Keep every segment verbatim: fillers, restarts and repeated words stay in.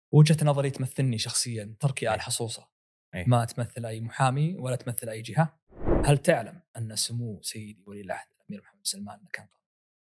وجهة نظري تمثلني شخصيا، تركي آل حصوصة، أي. ما تمثل أي محامي ولا تمثل أي جهة. هل تعلم أن سمو سيدي ولي العهد الأمير محمد سلمان كان قانوني؟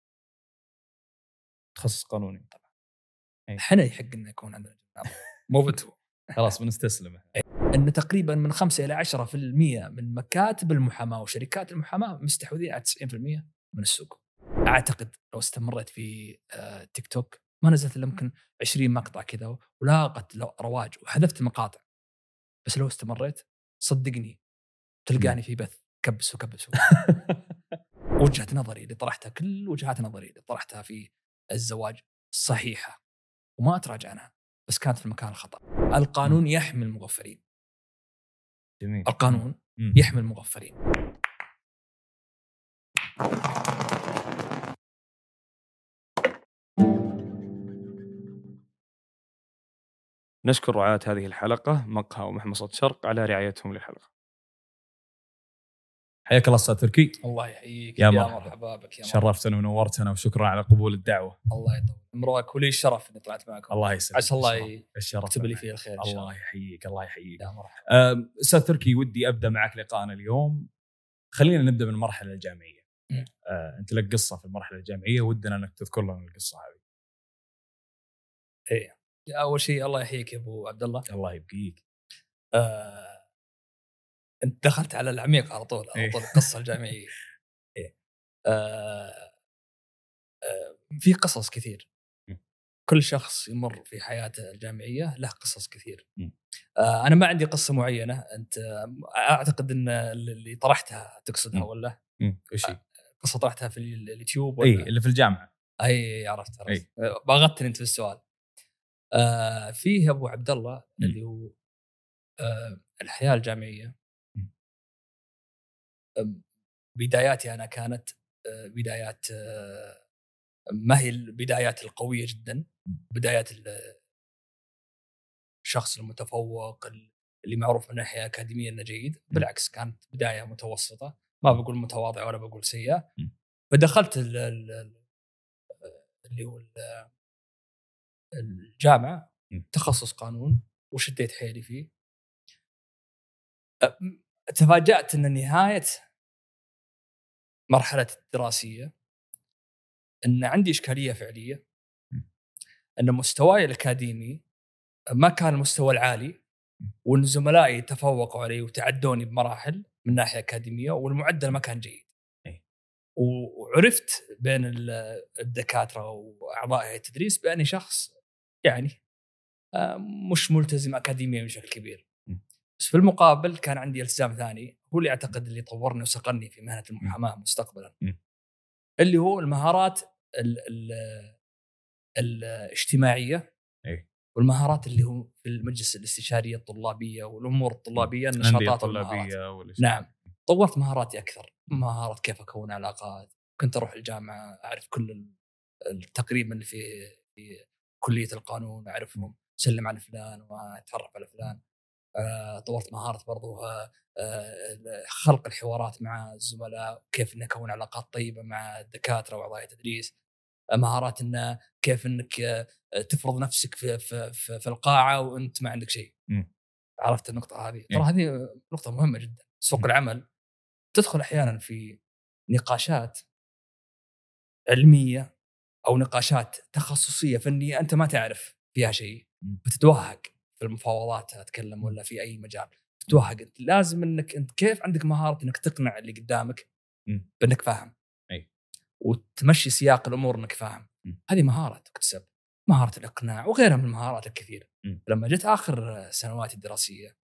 تخصص قانوني طبعا. احنا يحق أن يكون عندنا جناب مو بتو. خلاص بنستسلم. أن تقريبا من خمسة إلى عشرة في المية من مكاتب المحاماة وشركات المحاماة مستحوذين على تسعين في المية من السوق. أعتقد لو استمرت في آه تيك توك ما نزلت إلا ممكن عشرين مقطع كذا ولاقت رواج وحذفت المقاطع، بس لو استمريت صدقني تلقاني في بث كبس وكبس. وجهة نظري اللي طرحتها، كل وجهات نظري اللي طرحتها في الزواج صحيحة وما أتراجع عنها، بس كانت في المكان الخطأ. القانون يحمي المغفلين. جميل. القانون مم. يحمي المغفلين. نشكر رعاة هذه الحلقة مقهى ومحمد صوت شرق على رعايتهم للحلقة. حياك الله أستاذ تركي. الله يحييك يا يا مرحبا. مرحبا بك يا مرحبا. شرفتنا ونورتنا وشكرا على قبول الدعوة. الله يطول عمرك ولي الشرف اني طلعت معكم. الله يسلمك. عسى الله الشرف يكتب لي فيه الخير. الله يحييك. الله يحييك يا مرحبا. أستاذ تركي، ودي أبدأ معك لقاءنا اليوم. خلينا نبدأ من المرحلة الجامعية. أه، أنت لك قصة في المرحلة الجامعية ودنا أنك تذكر لنا القصة هذه. إيه، أول شيء الله يحييك يا أبو عبد الله. الله يبقيك. آه، أنت دخلت على العميق على طول على طول. القصة الجامعية. إيه. آه، آه، في قصص كثير. كل شخص يمر في حياته الجامعية له قصص كثير. آه، أنا ما عندي قصة معينة. أنت أعتقد أن اللي طرحتها تقصدها م. ولا؟ إيش هي؟ قصة طرحتها في اليوتيوب ولا؟ أي اللي في الجامعة. أي عرفت عرفت. باغتني أنت في السؤال. آه، فيه أبو عبد الله م. اللي هو آه، الحياة الجامعية. آه، بداياتي أنا كانت آه، بدايات آه، ما هي البدايات القوية جدا. بدايات الشخص المتفوق اللي معروف من ناحية أكاديمية أنه جيد. بالعكس كانت بداية متوسطة، ما بقول متواضعة ولا بقول سيئة. فدخلت اللي هو الجامعة تخصص قانون وشديت حيلي فيه. تفاجأت أن نهاية مرحلة الدراسية أن عندي إشكالية فعلية، أن مستواي الأكاديمي ما كان المستوى العالي، وأن زملائي تفوقوا علي وتعدوني بمراحل من ناحية أكاديمية، والمعدل ما كان جيد. وعرفت بين الدكاترة وأعضاء هيئة التدريس بأني شخص يعني مش ملتزم أكاديميا بشكل كبير. بس في المقابل كان عندي التزام ثاني هو اللي أعتقد اللي طورني وسقني في مهنة المحاماة مستقبلا، اللي هو المهارات ال ال الاجتماعية والمهارات اللي هو في المجلس الاستشارية الطلابية والأمور الطلابية، النشاطات والمهارات. نعم، طورت مهاراتي أكثر. مهارات كيف أكون علاقات. كنت أروح الجامعة أعرف كل التقريبا اللي في في كلية القانون أعرفهم، سلم على فلان وأتعرف على فلان. آه، طورت مهارة برضو آه، خلق الحوارات مع الزملاء، كيف إنك أكون علاقات طيبة مع الدكاترة وأعضاء التدريس. مهارات إنه كيف إنك تفرض نفسك في في في, في القاعة وأنت ما عندك شيء. م. عرفت النقطة هذه؟ ترى هذه نقطة مهمة جدا. سوق م. العمل تدخل أحيانا في نقاشات علمية أو نقاشات تخصصية فنية أنت ما تعرف فيها شيء، بتتوهق في المفاوضات أتكلم ولا في أي مجال تتوهق. أنت لازم إنك أنت كيف عندك مهارة إنك تقنع اللي قدامك بأنك فاهم، أي. وتمشي سياق الأمور إنك فاهم. م. هذه مهارة تكتسب، مهارة الإقناع وغيرها من المهارات الكثيرة. م. لما جت آخر سنواتي الدراسية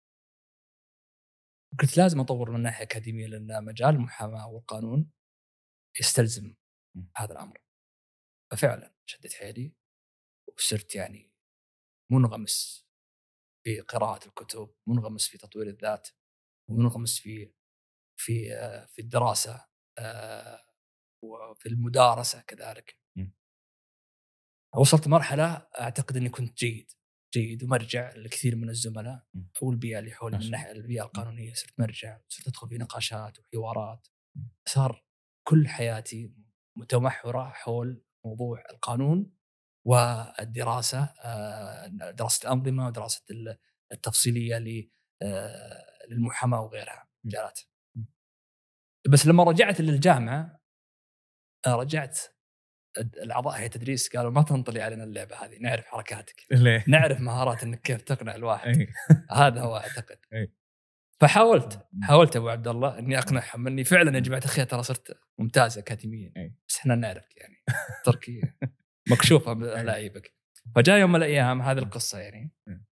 قلت لازم أطور من ناحية أكاديمية، لأن مجال المحاماة والقانون يستلزم م. هذا الأمر. ففعلا شدت حيلي وصرت يعني منغمس في قراءة الكتب، منغمس في تطوير الذات، ومنغمس في في في الدراسة وفي المدارسة كذلك. م. وصلت مرحلة أعتقد أني كنت جيد جيد ومرجع لكثير من الزملاء والبيئة اللي حولي من ناحية البيئة القانونية. صرت مرجع، صرت أدخل في نقاشات وحوارات. صار كل حياتي متمحورة حول موضوع القانون والدراسة دراسة الأنظمة ودراسة التفصيلية للمحاماة وغيرها مجالات. بس لما رجعت للجامعة رجعت الأعضاء هيئة التدريس قالوا ما تنطلي علينا اللعبة هذه، نعرف حركاتك ليه؟ نعرف مهارات إنك كيف تقنع الواحد. هذا هو أعتقد. أي. فحاولت حاولت أبو عبد الله إني أقنعهم إني فعلا يا جماعة الخير ترى صرت ممتاز أكاديميا، بس إحنا نعرفك يعني تركيا مكشوفة بلاعيبك. فجاء يوم من الأيام هذه القصة يعني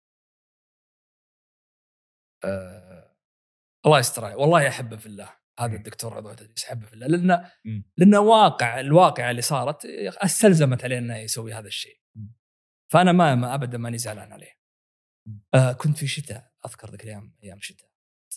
آه الله يستر والله أحبه في الله هذا الدكتور عضو تدريس، أحبه في الله لأن لأن واقع الواقع اللي صارت استلزمت عليه إنه يسوي هذا الشيء. فأنا ما, ما أبدا ماني زعلان عليه. آه كنت في شتاء أذكر ذيك الأيام أيام الشتاء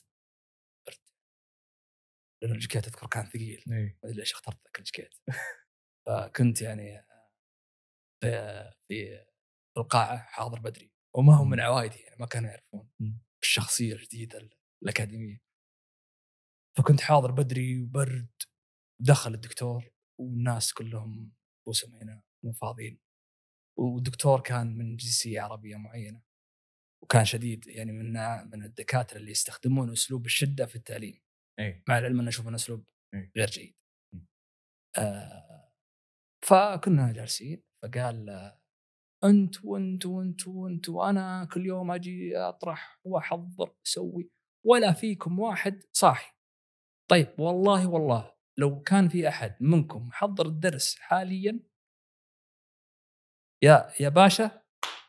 لأن الجاكيت أذكر كان ثقيل ما أدري ليش اخترت ذاك الجاكيت. فكنت يعني في في القاعة حاضر بدري وما هم من عوايدي يعني ما كانوا يعرفون الشخصية الجديدة الأكاديمية. فكنت حاضر بدري وبرد. دخل الدكتور والناس كلهم بوسم هنا مو فاضيين، والدكتور كان من جنسية عربية معينة وكان شديد يعني من من الدكاترة اللي يستخدمون أسلوب الشدة في التعليم. أي. مع العلم أن نشوف أن أسلوب أي. غير جيد. آه فكنا جالسين فقال أنت وأنت وأنت وأنت وأنا كل يوم أجي أطرح وأحضر أسوي ولا فيكم واحد صاحي. طيب والله والله لو كان في أحد منكم حضر الدرس حاليا يا يا باشا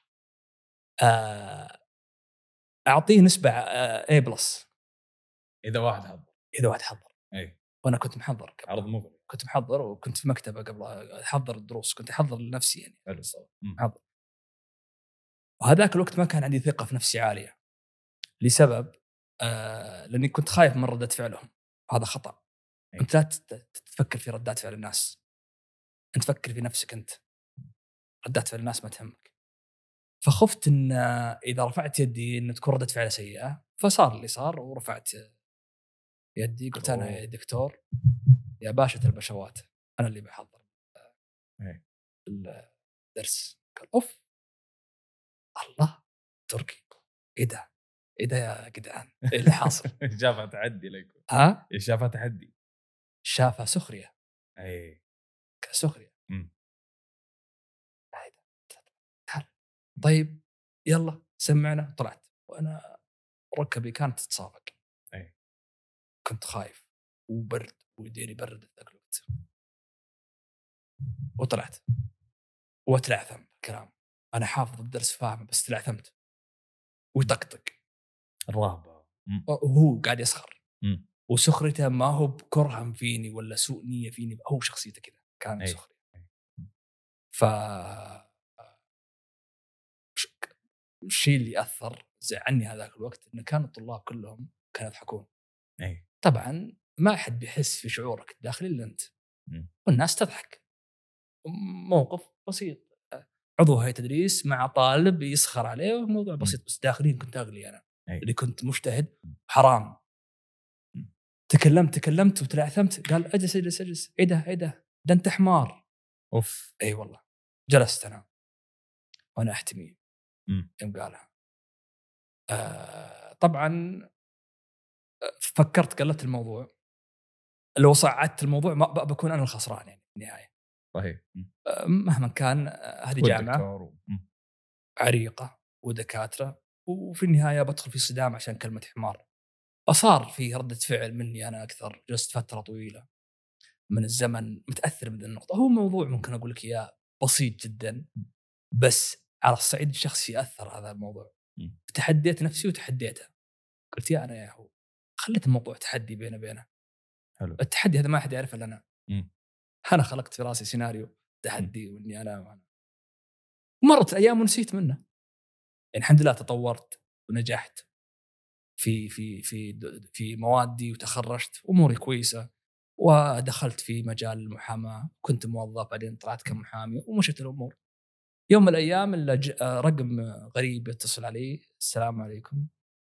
آه أعطيه نسبة آه A بلس إذا واحد حضر. إذا واحد حضر. أي. وأنا كنت محضر قبل. عرض مغري. كنت محضر وكنت في مكتبة قبل أحضر الدروس كنت أحضر لنفسي يعني. محضر. وهذاك الوقت ما كان عندي ثقة في نفسي عالية لسبب آه لأني كنت خايف من ردة فعلهم. هذا خطأ. أي. أنت لا تفكر في ردات فعل الناس، أنت فكر في نفسك أنت. ردات فعل الناس ما تهمك. فخفت إن إذا رفعت يدي إن تكون ردة فعل سيئة، فصار اللي صار ورفعت يدي قلت أنا يا دكتور يا باشا البشوات أنا اللي بحضر الدرس. قال أوف الله تركي إيه ده إيه ده يا جدعان إيه اللي حاصل؟ شافها تحدي لكم. ها؟ شافها تحدي. شافها سخرية. أي. كسخرية. طيب يلا سمعنا. طلعت وأنا ركبي كانت تتصابق. أي. كنت خايف وبرد ويديني برد ذاك الوقت. وطلعت وتلعثم الكلام. أنا حافظ الدرس فاهمه بس تلعثمت ويطقطق الرهبة وهو قاعد يسخر. م. وسخرته ما هو بكرهم فيني ولا سوء نية فيني، هو شخصيته كذا كان سخري. ف الشيء اللي أثر زعلني هذاك الوقت إن كان الطلاب كلهم كانوا يضحكون. أي. طبعا ما حد بيحس في شعورك الداخلي إلا أنت. م. والناس تضحك. موقف بسيط عضو هيئة تدريس مع طالب يسخر عليه موضوع بسيط بس داخليا كنت أغلي أنا. أي. اللي كنت مجتهد حرام. م. تكلمت تكلمت وتلعثمت. قال أجلس أجلس أجلس إيه ده إيه ده ده أنت حمار. أوف. أي والله جلست أنا وأنا أحتمي يوم قالها. آه طبعا فكرت قلت الموضوع لو صعدت الموضوع ما بكون أنا الخسران يعني في النهاية. صحيح. آه مهما كان هذه جامعة عريقة ودكاترة وفي النهاية بدخل في صدام عشان كلمة حمار. فصار في ردة فعل مني أنا أكثر. جلست فترة طويلة من الزمن متأثر من النقطة. هو موضوع ممكن أقول لك إياه بسيط جدا بس على الصعيد الشخصي أثر هذا الموضوع. تحديت نفسي وتحديته. قلت يا أنا يا هو خليت الموضوع تحدي بينه بينه. حلو. التحدي هذا ما أحد يعرفه إلا أنا. م. أنا خلقت في راسي سيناريو تحدي م. وإني أنا وأنا مرت أيام ونسيت منه. يعني الحمد لله تطورت ونجحت في في في في موادي وتخرجت أموري كويسة ودخلت في مجال المحاماة. كنت موظف بعدين طلعت كمحامي ومشت الأمور. يوم من الأيام رقم غريب يتصل علي. السلام عليكم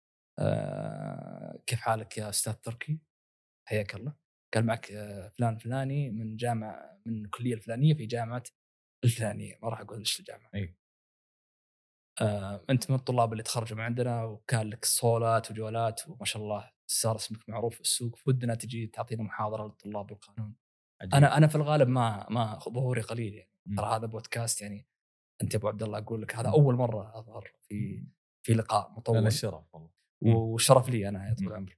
أه كيف حالك يا أستاذ تركي حياك الله. قال معك فلان فلاني من جامعة من الكلية الفلانية في جامعة الفلانيه، ما راح اقول ايش الجامعه. اي آه، انت من الطلاب اللي تخرجوا من عندنا وكان لك صولات وجولات وما شاء الله صار اسمك معروف في السوق، ودنا تجي تعطينا محاضره للطلاب بالقانون. عجيب. انا انا في الغالب ما ما ظهوري قليل يعني، م. ترى هذا بودكاست يعني انت يا ابو عبد الله اقول لك هذا م. اول مره اظهر في في لقاء مطول. انا الشرف والله، وشرف لي انا يا طول العمر.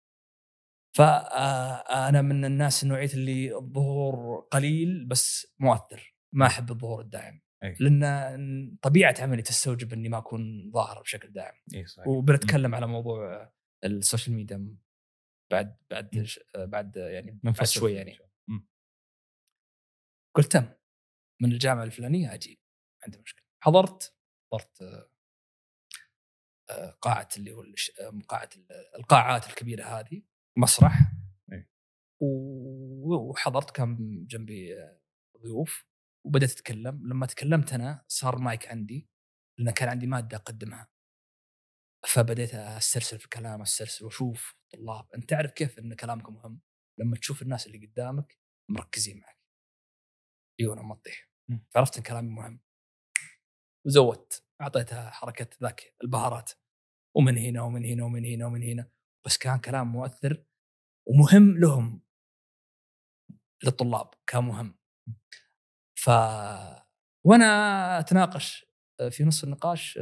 فانا من الناس النوعيه اللي الظهور قليل بس مؤثر، ما احب الظهور الدائم. أي. لان طبيعه عملي تستوجب اني ما اكون ظاهر بشكل دائم. وبنتكلم م. على موضوع السوشيال ميديا بعد بعد م. بعد يعني بعد شوي يعني. م. قلت تم من الجامعه الفلانيه اجي، عندي مشكله. حضرت حضرت قاعه اللي هو قاعه القاعات الكبيره هذه، مسرح. أي. وحضرت كان جنبي ضيوف وبدأت أتكلم. لما تكلمت أنا صار مايك عندي لأن كان عندي مادة أقدمها، فبديت أسترسل في الكلام أسترسل وأشوف طلاب. أنت تعرف كيف أن كلامك مهم لما تشوف الناس اللي قدامك مركزين معك يونا ما تطيح. فعرفت أن كلامي مهم وزودت، أعطيتها حركة ذاك البهارات ومن هنا ومن هنا ومن هنا ومن هنا، بس كان كلام مؤثر ومهم لهم، للطلاب كان مهم. ف وانا اتناقش في نص النقاش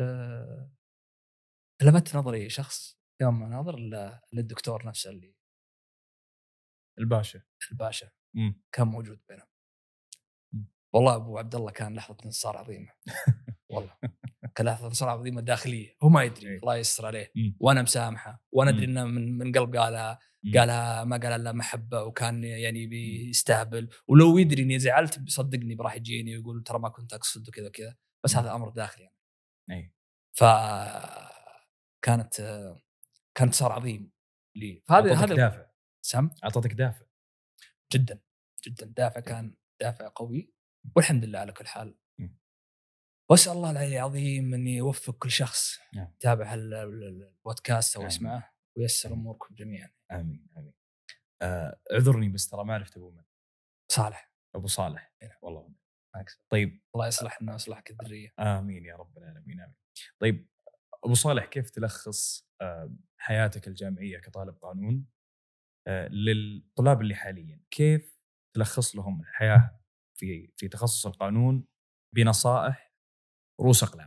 لفت نظري شخص يوم ما ناظر للدكتور نفسه اللي الباشا الباشا م. كان موجود بينهم. والله ابو عبد الله كان لحظه انتصار عظيمه والله كان لحظه انتصار عظيمه داخليه، هو ما يدري الله يستر عليه م. وانا مسامحه وانا ادري انه من من قلب قالها قالها ما قال الا محبه وكان يعني بيستهبل، ولو يدري اني زعلت بيصدقني براح يجيني ويقول ترى ما كنت اقصد وكذا كذا، بس م. هذا امر داخلي يعني. اي ف كانت كانت صار عظيم لي. فهذا هذا دافع سم اعطتك دافع جدا جدا دافع، كان دافع قوي والحمد لله على كل حال. م. واسال الله العلي العظيم ان يوفق كل شخص يتابع البودكاست او يسمعه وييسر اموركم جميعا. امين امين. آه، اعذرني بس ترى ما عرفت ابو من. صالح ابو صالح إيه. والله عكس. طيب الله يصلحنا ويصلحك الذريه. امين يا رب العالمين امين. طيب ابو صالح، كيف تلخص آه حياتك الجامعيه كطالب قانون آه للطلاب اللي حاليا؟ كيف تلخص لهم الحياه في في تخصص القانون بنصائح رؤوس اقلام؟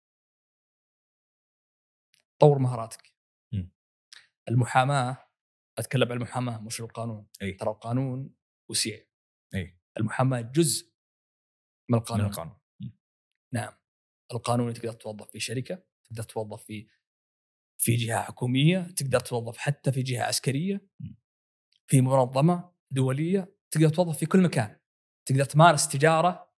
طور مهاراتك. م. المحاماه، اتكلم عن المحاماه مش القانون. أي. ترى القانون وسيع. أي. المحاماه جزء من القانون, من القانون. نعم. القانون تقدر توظف في شركه، تقدر توظف في في جهه حكوميه، تقدر توظف حتى في جهه عسكريه، في منظمه دوليه، تقدر توظف في كل مكان. تقدر تمارس تجاره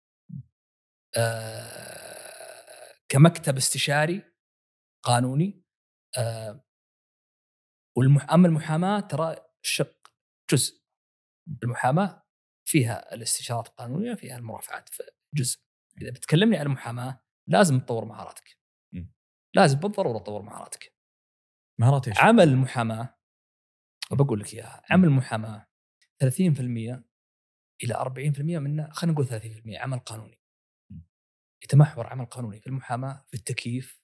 آه كمكتب استشاري قانوني. آه والمحاماه المحاماه ترى شق جزء. المحاماه فيها الاستشارات القانونيه، فيها المرافعات في جزء. اذا بتكلمني عن المحاماه لازم تطور مهاراتك. م. لازم بالضروره تطور مهاراتك. مهارات ايش؟ عمل المحاماه وبقول لك اياها، عمل المحاماه ثلاثين بالمئة الى أربعين بالمئة منه، خلينا نقول ثلاثين بالمئة عمل قانوني. م. يتمحور عمل قانوني في المحاماه في التكييف،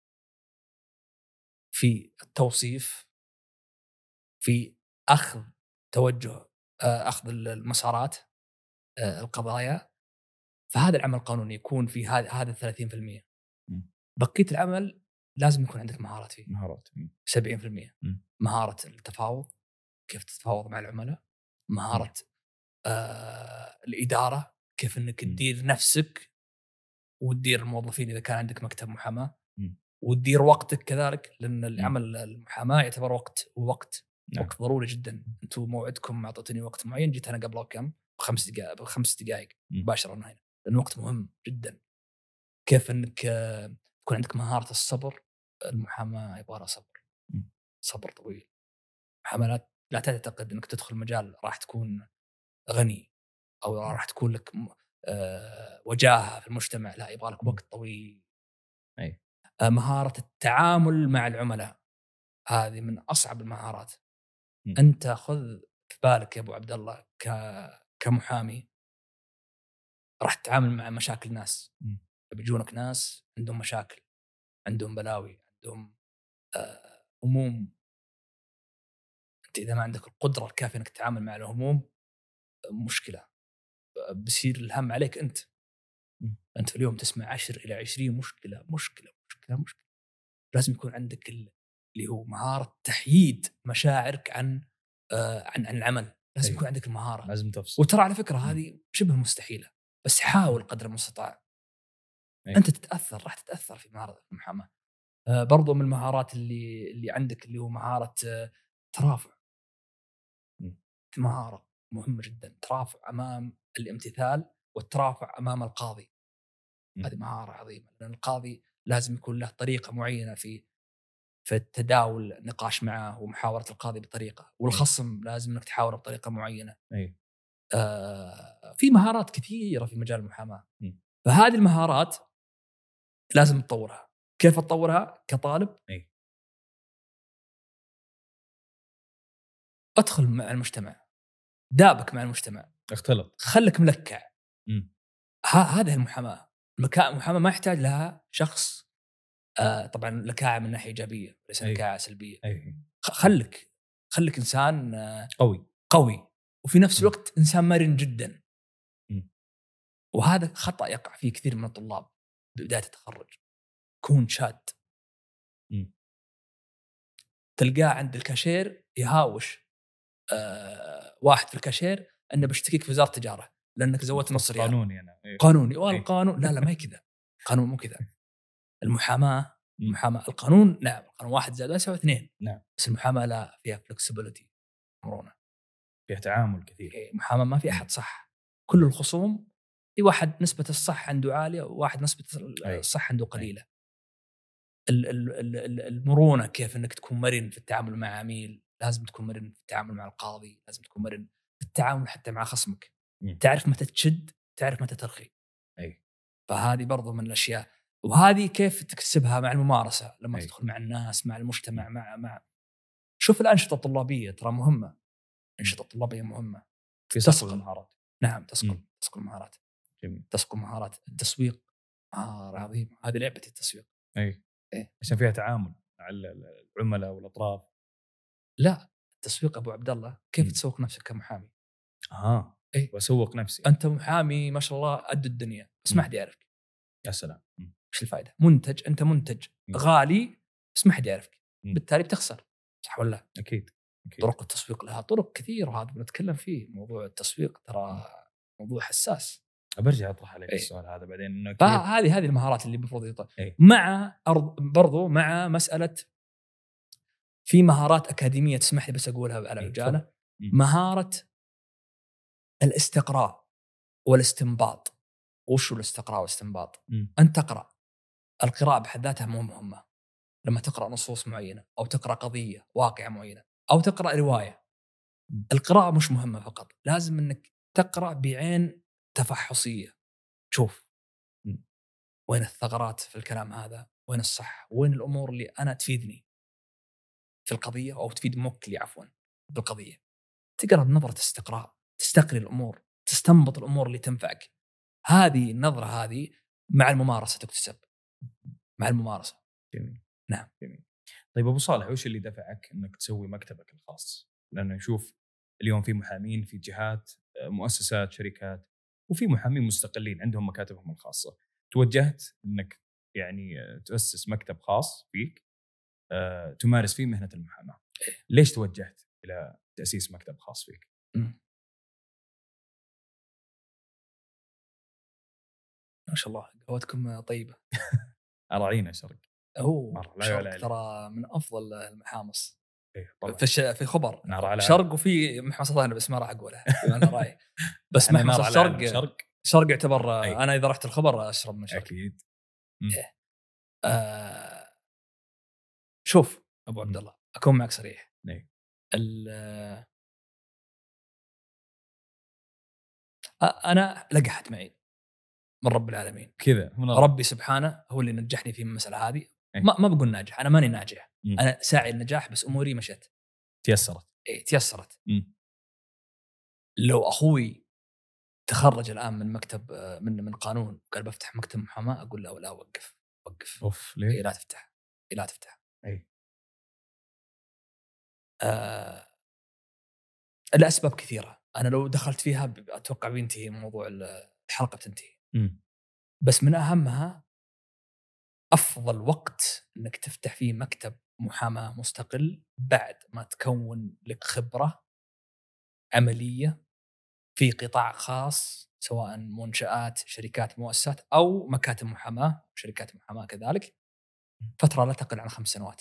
في التوصيف، في اخذ توجه اخذ المسارات القضايا. فهذا العمل القانوني يكون في هذا هذا ثلاثين بالمئة. بقيه العمل لازم يكون عندك مهارات فيه. مهارات سبعين بالمئة. مهاره التفاوض، كيف تتفاوض مع العملاء. مهاره آه الاداره، كيف انك تدير نفسك وتدير الموظفين اذا كان عندك مكتب محاماه، وتدير وقتك كذلك، لان العمل المحاماه يعتبر وقت ووقت نعم. وقت ضروري جدا. انتم موعدكم اعطيتني وقت معين، جيت انا قبله كم بخمس دقائق بخمس دقائق مباشره هنا، لان الوقت مهم جدا. كيف انك يكون عندك مهاره الصبر. المحاماه يبغى صبر م. صبر طويل. محاماه لا تعتقد انك تدخل مجال راح تكون غني او راح تكون لك أه وجاهه في المجتمع، لا، يبغى لك وقت طويل. اي أه مهاره التعامل مع العملاء هذه من اصعب المهارات. م. انت خذ في بالك يا ابو عبد الله ك كمحامي راح تتعامل مع مشاكل ناس. بيجونك ناس عندهم مشاكل، عندهم بلاوي، عندهم آه هموم. انت اذا ما عندك القدره الكافيه انك تتعامل مع الهموم مشكله، بصير الهم عليك انت. م. انت في اليوم تسمع عشر الى عشرين مشكله مشكله مشكله مشكله. لازم يكون عندك اللي هو مهاره تحييد مشاعرك عن آه عن عن العمل. لازم يكون عندك المهاره، لازم تفصل. وترى على فكره هذه شبه مستحيله، بس حاول قدر المستطاع. أي. انت تتاثر، راح تتاثر في مهاره المحاماه. آه برضو من المهارات اللي اللي عندك اللي هو مهاره آه ترافع. م. مهاره مهمه جدا، ترافع امام الامتثال والترافع امام القاضي. م. هذه مهاره عظيمه، لان القاضي لازم يكون له طريقه معينه في في التداول النقاش معه ومحاورة القاضي بطريقة، والخصم لازم انك تحاوره بطريقة معينة. أي. آه في مهارات كثيرة في مجال المحاماة، فهذه المهارات لازم تطورها. كيف تطورها كطالب؟ أي. ادخل مع المجتمع، دابك مع المجتمع، اختلط، خلك ملكع. هذه المحاماة. المحاماة ما يحتاج لها شخص آه طبعا لكاعة من ناحية إيجابية ليس لكاعة سلبية. أي. خلك خلك إنسان آه قوي قوي وفي نفس الوقت إنسان مرن جدا. م. وهذا خطأ يقع فيه كثير من الطلاب ببداية التخرج. كون شاد. م. تلقاه عند الكاشير يهاوش آه واحد في الكاشير أنه بشتكيك في وزارة التجارة لأنك زودت نص ريال. قانوني أنا. أيه. قانوني والقانون لا لا ما هي كذا. قانون مو كذا. المحاماة المحاماة القانون نعم، القانون واحد زائد واحد يساوي اثنين. نعم. بس المحاماة لا، فيها فلكسبيليتي، مرونة، فيها تعامل كثير. محاماة ما في أحد صح. كل الخصوم في واحد نسبة الصح عنده عالية وواحد نسبة الصح عنده قليلة. المرونة كيف أنك تكون مرن في التعامل مع عميل، لازم تكون مرن في التعامل مع القاضي، لازم تكون مرن في التعامل حتى مع خصمك. م. تعرف متى تشد، تعرف متى ترخي. أي. فهذه برضو من الأشياء، وهذه كيف تكسبها مع الممارسة لما أي. تدخل مع الناس، مع المجتمع، مع مع شوف الأنشطة الطلابية ترى مهمة. أنشطة طلابية مهمة في صقل المهارات. نعم تصقل تصقل المهارات. جميل. تصقل مهارات التسويق مهارة عظيمة. هذه لعبة التسويق. أي. إيه؟ عشان فيها تعامل مع العملاء والأطراف. لا، التسويق أبو عبد الله كيف م. تسوق نفسك كمحامي. آه. إيه؟ وأسوق نفسي. أنت محامي ما شاء الله قد الدنيا بس ما حد يعرفك. يا سلام. وش الفائدة؟ منتج، أنت منتج م. غالي بس ما حد يعرفك، بالتالي بتخسر. صح ولا؟ أكيد. أكيد. طرق التسويق لها طرق كثير، وهذا بنتكلم فيه. موضوع التسويق ترى موضوع حساس. برجع أطرح عليك أي. السؤال هذا بعدين إنه كيف هذه هذه المهارات اللي المفروض يطلع مع أرض برضو مع مسألة. في مهارات أكاديمية تسمح لي بس أقولها على عجالة. مهارة الاستقراء والاستنباط. وش هو الاستقراء والاستنباط؟ م. أن تقرأ. القراءة بحد ذاتها مو مهمة. لما تقرأ نصوص معينة أو تقرأ قضية واقعة معينة أو تقرأ رواية، م. القراءة مش مهمة فقط، لازم أنك تقرأ بعين تفحصية. شوف م. وين الثغرات في الكلام هذا، وين الصح، وين الأمور اللي أنا تفيدني في القضية أو تفيد موكلي عفوا بالقضية. تقرأ بنظرة استقراء، تستقري الأمور، تستنبط الأمور اللي تنفعك. هذه النظرة هذه مع الممارسة تكتسب. مع الممارسة. جميل. نعم. جميل. طيب أبو صالح، وش اللي دفعك أنك تسوي مكتبك الخاص؟ لأنه نشوف اليوم في محامين في جهات، مؤسسات، شركات، وفي محامين مستقلين عندهم مكاتبهم الخاصة. توجهت أنك يعني تؤسس مكتب خاص فيك أه، تمارس فيه مهنة المحاماة. ليش توجهت إلى تأسيس مكتب خاص فيك؟ م. ما شاء الله قهوتكم طيبة. أراعينا شرق. هو شرق ترى من أفضل المحامص. إيه طبعا. في الش... في خبر شرق، وفي محمصة ثانية بس ما راح أقولها. أنا رأي بس محمصة الشرق شرق. شرق يعتبر. أي. أنا إذا رحت الخبر أشرب من شرق. أكيد. إيه. آه... شوف أبو عبد الله أكون معك صريح. إيه. ال... أنا لقحت معي من رب العالمين كذا. ربي سبحانه هو اللي نجحني في المسألة هذه. أي. ما ما بقول ناجح، أنا ماني ناجح. م. أنا ساعي النجاح بس أموري مشت تيسرت. إيه تيسرت. م. لو أخوي تخرج الان من مكتب من من قانون قال بفتح مكتب محاماه، اقول له لا وقف وقف اوف ليه؟ إيه لا تفتح إيه لا تفتح اي آه الاسباب كثيره، انا لو دخلت فيها اتوقع بينتهي موضوع الحلقه بتنتهي. م. بس من اهمها افضل وقت انك تفتح فيه مكتب محاماه مستقل بعد ما تكون لك خبره عمليه في قطاع خاص، سواء منشآت شركات مؤسسات أو مكاتب محاماة شركات محاماة كذلك، فترة لا تقل عن خمس سنوات.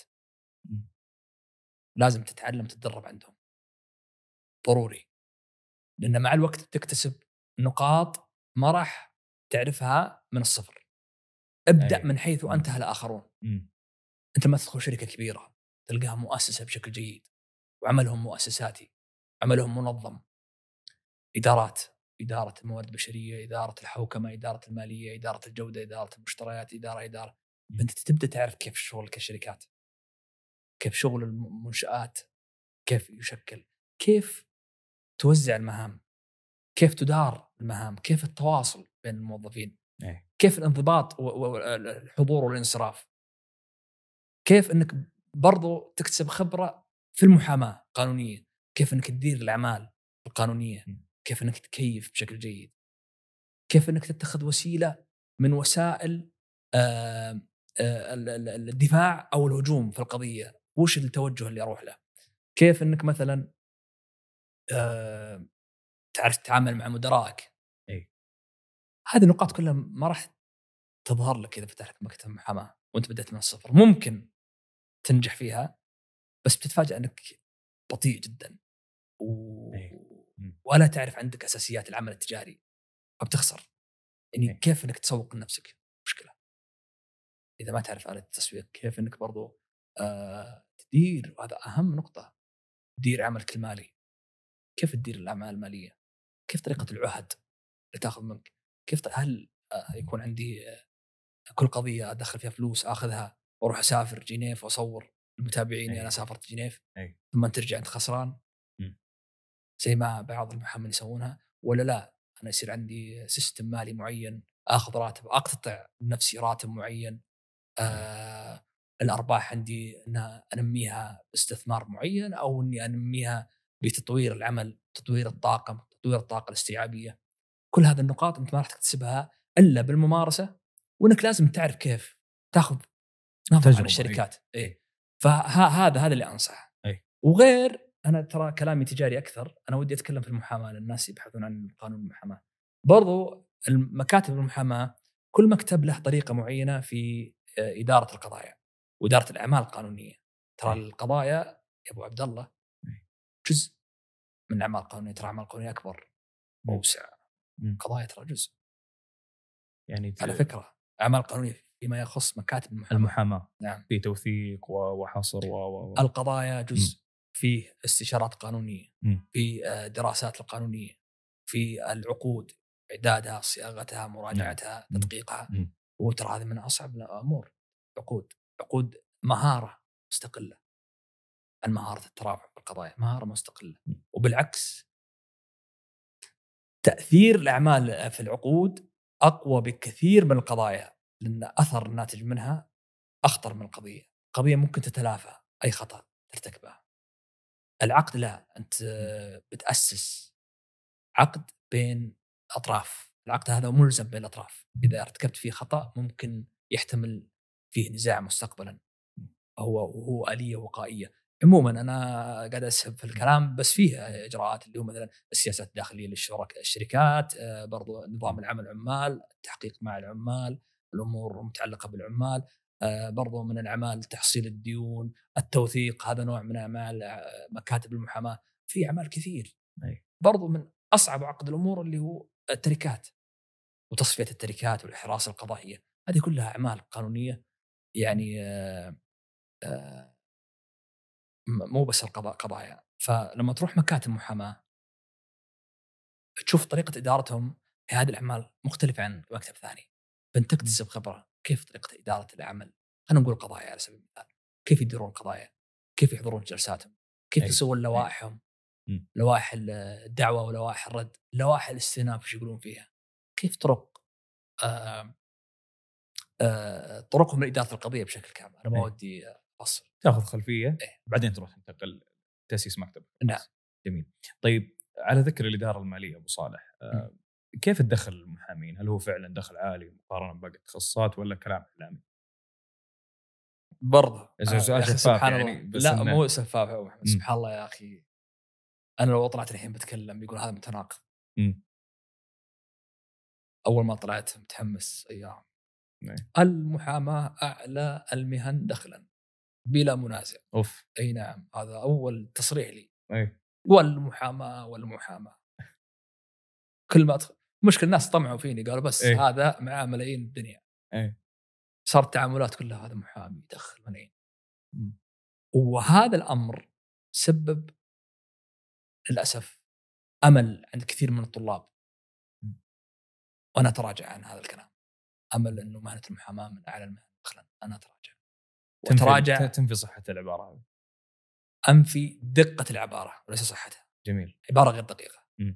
لازم تتعلم تتدرب عندهم ضروري، لأن مع الوقت تكتسب نقاط ما راح تعرفها من الصفر. ابدأ أي. من حيث أنتهى الآخرون. م. أنت ما تدخل شركة كبيرة تلقاها مؤسسة بشكل جيد وعملهم مؤسساتي، عملهم منظم، إدارات، إدارة الموارد البشرية، إدارة الحوكمة، إدارة المالية، إدارة الجودة، إدارة المشتريات، إدارة إدارة أنت تبدأ تعرف كيف شغل كشركات، كيف شغل المنشآت، كيف يشكل، كيف توزع المهام، كيف تدار المهام، كيف التواصل بين الموظفين، أي. كيف الانضباط والحضور والانصراف، كيف أنك برضو تكتسب خبرة في المحاماة القانونية، كيف أنك تدير الأعمال القانونية، كيف أنك تكيف بشكل جيد، كيف أنك تتخذ وسيلة من وسائل الدفاع أو الهجوم في القضية، وش التوجه اللي أروح له، كيف أنك مثلا تعرف تتعامل مع مدراءك. أي. هذه النقاط كلها ما راح تظهر لك إذا فتح لك مكتب محاماة وأنت بدأت من الصفر. ممكن تنجح فيها بس بتتفاجأ أنك بطيء جدا و... ولا تعرف عندك أساسيات العمل التجاري فبتخسر. يعني أي. كيف أنك تسوق لنفسك مشكلة إذا ما تعرف آلة التسويق، كيف أنك برضو آه تدير، وهذا أهم نقطة، تدير عملك المالي، كيف تدير الأعمال المالية، كيف طريقة العهد اللي تأخذ منك، كيف هل آه يكون عندي آه كل قضية أدخل فيها فلوس أخذها وأروح أسافر جنيف وأصور المتابعين أنا سافرت جنيف أي. ثم ترجع أنت خسران م. زي ما بعض المحامين يسوونها، ولا لا أنا يصير عندي سيستم مالي معين، أخذ راتب، أقتطع نفسي راتب معين، آه الأرباح عندي أنها أنميها باستثمار معين أو أني أنميها بتطوير العمل، تطوير الطاقم، تطوير الطاقة الاستيعابية. كل هذه النقاط أنت ما راح تكتسبها إلا بالممارسة، وأنك لازم تعرف كيف تأخذ نظرة عن الشركات. أي. إيه. فهذا هذا اللي أنصح. أي. وغير أنا ترى كلامي تجاري أكثر، أنا ودي أتكلم في المحاماة للناس يبحثون عن قانون المحاماة. برضو المكاتب المحاماة كل مكتب له طريقة معينة في إدارة القضايا وإدارة الأعمال القانونية. ترى القضايا يا أبو عبد الله جزء من الأعمال القانونية، ترى الأعمال القانونية أكبر وأوسع. قضايا ترى جزء. يعني ت... على فكرة أعمال قانونية فيما يخص مكاتب المحاماة, المحاماة. نعم. في توثيق وحصر و... و... القضايا جزء، فيه استشارات قانونية، م. في دراسات القانونية، في العقود، إعدادها، صياغتها، مراجعتها، نعم. تدقيقها. م. وترى هذه من أصعب الأمور. عقود عقود مهارة مستقلة عن مهارة الترافع في القضايا، مهارة مستقلة. م. وبالعكس تأثير الأعمال في العقود أقوى بكثير من القضايا، لأن أثر الناتج منها أخطر من القضية. قضية ممكن تتلافى أي خطأ ترتكبه، العقد لا، أنت بتأسس عقد بين أطراف، العقد هذا ملزم بين الأطراف، إذا ارتكبت فيه خطأ ممكن يحتمل فيه نزاع مستقبلا، هو هو آلية وقائية. عموما أنا قاعد أسهب في الكلام، بس فيه إجراءات اللي هو مثلا السياسات الداخلية للشركات الشركات، برضو نظام العمل العمال، التحقيق مع العمال، الأمور المتعلقة بالعمال، برضو من الأعمال تحصيل الديون، التوثيق، هذا نوع من أعمال مكاتب المحاماة. في أعمال كثير. برضو من أصعب عقد الأمور اللي هو التركات وتصفية التركات والحراسة القضائية، هذه كلها أعمال قانونية. يعني آآ آآ مو بس القضاء قضايا. فلما تروح مكاتب محاماة تشوف طريقة إدارتهم في هذه الأعمال مختلفة عن مكتب ثاني، فأنت تكتسب خبرة كيف طريقة إدارة العمل. خلينا نقول قضايا على سبيل المثال، كيف يديرون قضايا، كيف يحضرون جلساتهم، كيف يسوون لوائحهم، لوائح الدعوه ولوائح الرد، لوائح الاستئناف ايش يقولون فيها، كيف طرق آه آه طرقهم لاداره القضيه بشكل كامل. انا ما ودي افصل، تاخذ خلفيه إيه؟ بعدين تروح تنتقل تاسيس مكتب. نعم. جميل. طيب على ذكر الاداره الماليه ابو صالح، آه كيف الدخل المحامين؟ هل هو فعلا دخل عالي مقارنه بباقي التخصصات ولا كلام اعلامي؟ برضه اذا سؤال شفاف يعني، بس لا إنه... مو شفاف يا محمد. سبحان الله يا اخي، انا لو طلعت الحين بتكلم بيقول هذا متناقض. م. اول ما طلعت متحمس ايام المحاماه اعلى المهن دخلا بلا منازع. اوف. اي نعم، هذا اول تصريح لي. اي والمحاماه والمحاماه كل ما أدخل مشكلة الناس طمعوا فيني، قالوا بس أيه. هذا معاه ملايين الدنيا. أيه. صارت تعاملات كلها هذا محامي يدخل ملايين. وهذا الأمر سبب للأسف أمل عند كثير من الطلاب، وأنا أتراجع عن هذا الكلام. أمل أنه مهنة المحاماة من أعلى المهن دخلا، أنا أتراجع وتراجع. تنفي صحة العبارة هذه؟ أنفي دقة العبارة وليس صحتها. جميل. عبارة غير دقيقة. م.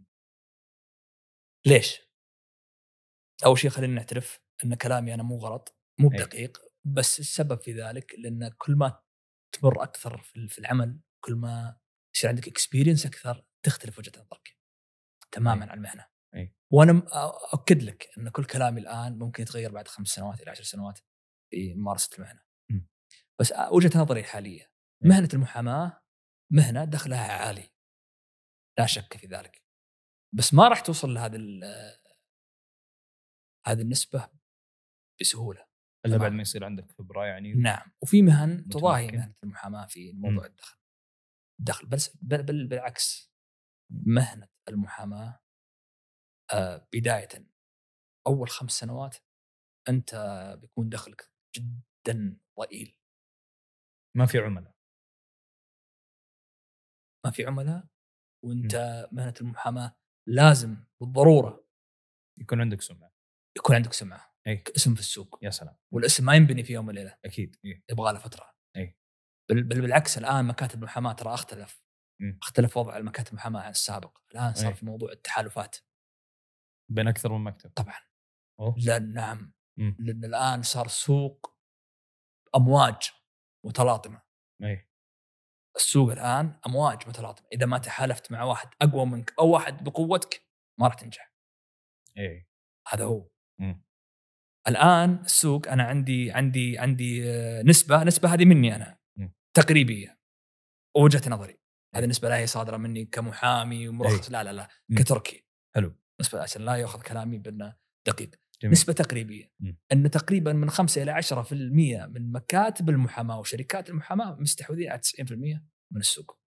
ليش؟ أول شيء خلينا نعترف أن كلامي أنا مو غلط، مو بدقيق. أي. بس السبب في ذلك لأن كل ما تمر أكثر في العمل، كل ما يصير عندك إكسبيرينس أكثر، تختلف وجهة نظرك تماما أي. عن المهنة. أي. وأنا أؤكد لك أن كل كلامي الآن ممكن يتغير بعد خمس سنوات إلى عشر سنوات في ممارسة المهنة. م. بس وجهة نظري الحالية، أي. مهنة المحاماة مهنة دخلها عالي لا شك في ذلك، بس ما راح توصل لهذا هذه النسبة بسهولة إلا بعد ما يصير عندك خبرة يعني. نعم. وفي مهن تضاهي مهنة المحاماة في موضوع م. الدخل الدخل بس بل بل بالعكس، مهنة المحاماة آه بداية أول خمس سنوات أنت بيكون دخلك جدا ضئيل. ما في عملاء ما في عملاء وأنت م. مهنة المحاماة لازم بالضرورة يكون عندك سمعة. يكون عندك سمعة. أي. اسم في السوق. يا سلام. والاسم ما ينبني في يوم وليلة. أكيد. إيه. يبغى له فترة. أي. بل بالعكس الآن مكاتب المحاماة ترى اختلف. م. اختلف وضع المكاتب المحاماة عن السابق. الآن صار أي. في موضوع التحالفات بين أكثر من مكتب. طبعا. أوه. لأن نعم م. لأن الآن صار سوق أمواج متلاطمة. أي. السوق الآن أمواج متلاطمة، إذا ما تحالفت مع واحد أقوى منك أو واحد بقوتك ما راح تنجح. أي. هذا هو. م. الآن السوق أنا عندي عندي عندي نسبة نسبة هذه مني أنا م. تقريبية ووجهة نظري. هذه النسبة لا هي صادرة مني كمحامي ومرخص. أي. لا لا لا م. كتركي. حلو. نسبة عشان لا يأخذ كلامي بأنه دقيق. جميل. نسبة تقريبية م. أن تقريبا من خمسة إلى عشرة في المية من مكاتب المحاماة وشركات المحاماة مستحوذين على تسعين في المية من السوق.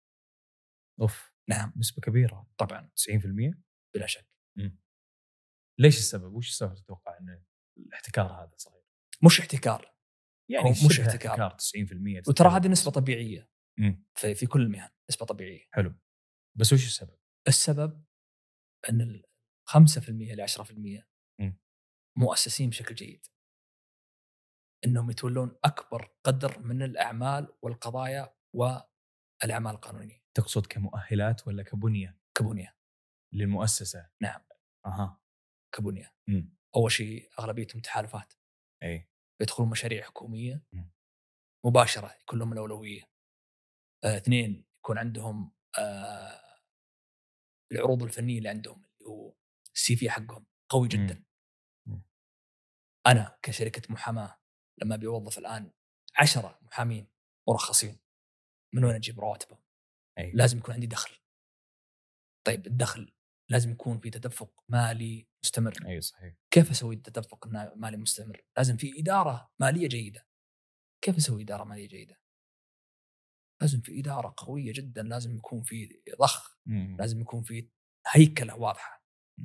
أوف. نعم نسبة كبيرة طبعا. تسعين في المية بلا شك. م. ليش السبب؟ وش السبب تتوقع أن الاحتكار هذا صحيح؟ مش احتكار يعني مش احتكار, احتكار تسعين في المية. وترى هذه نسبة طبيعية م. في في كل المهن نسبة طبيعية. حلو. بس وش السبب؟ السبب أن ال خمسة في المية إلى عشرة في المية م. مؤسسين بشكل جيد، أنهم يتولون أكبر قدر من الأعمال والقضايا والأعمال القانونية. تقصد كمؤهلات ولا كبنية؟ كبنية للمؤسسة. نعم. أها. كبنية. م. أول شيء أغلبيتهم تحالفات. أي. يدخلون مشاريع حكومية م. مباشرة يكون لهم الأولوية. آه، اثنين يكون عندهم آه العروض الفنية اللي عندهم اللي هو السي في حقهم قوي جدا. م. م. أنا كشركة محاماة لما بيوظف الآن عشرة محامين مرخصين، من وين أجيب رواتبهم؟ أي. لازم يكون عندي دخل. طيب الدخل لازم يكون في تدفق مالي مستمر. أي صحيح. كيف أسوي تدفق مالي مستمر؟ لازم في إدارة مالية جيدة. كيف أسوي إدارة مالية جيدة؟ لازم في إدارة قوية جدا، لازم يكون في ضخ، م. لازم يكون في هيكلة واضحة.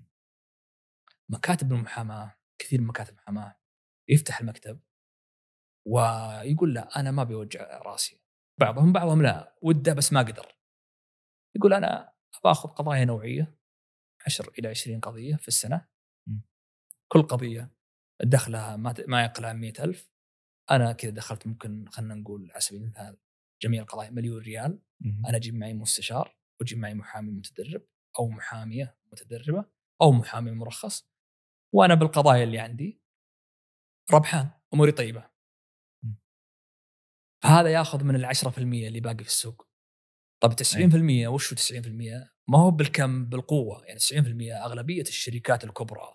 مكاتب المحاماة، كثير من مكاتب المحاماة يفتح المكتب ويقول لا أنا ما بيوجع راسي. بعضهم بعضهم لا وده بس ما قدر. يقول أنا باخذ قضايا نوعية عشر إلى عشرين قضية في السنة. م. كل قضية دخلها ما ما يقل عن مئة ألف. أنا كذا دخلت ممكن خلنا نقول على سبيل المثال جميع القضايا مليون ريال. م. أنا أجيب معي مستشار ويجي معي محامي متدرب أو محامية متدربة أو محامي مرخص، وأنا بالقضايا اللي عندي ربحان، أموري طيبة. فهذا يأخذ من العشرة في المية اللي باقي في السوق. طب تسعين في المية وشو تسعين في المية؟ ما هو بالكم بالقوة، يعني تسعين في المية أغلبية الشركات الكبرى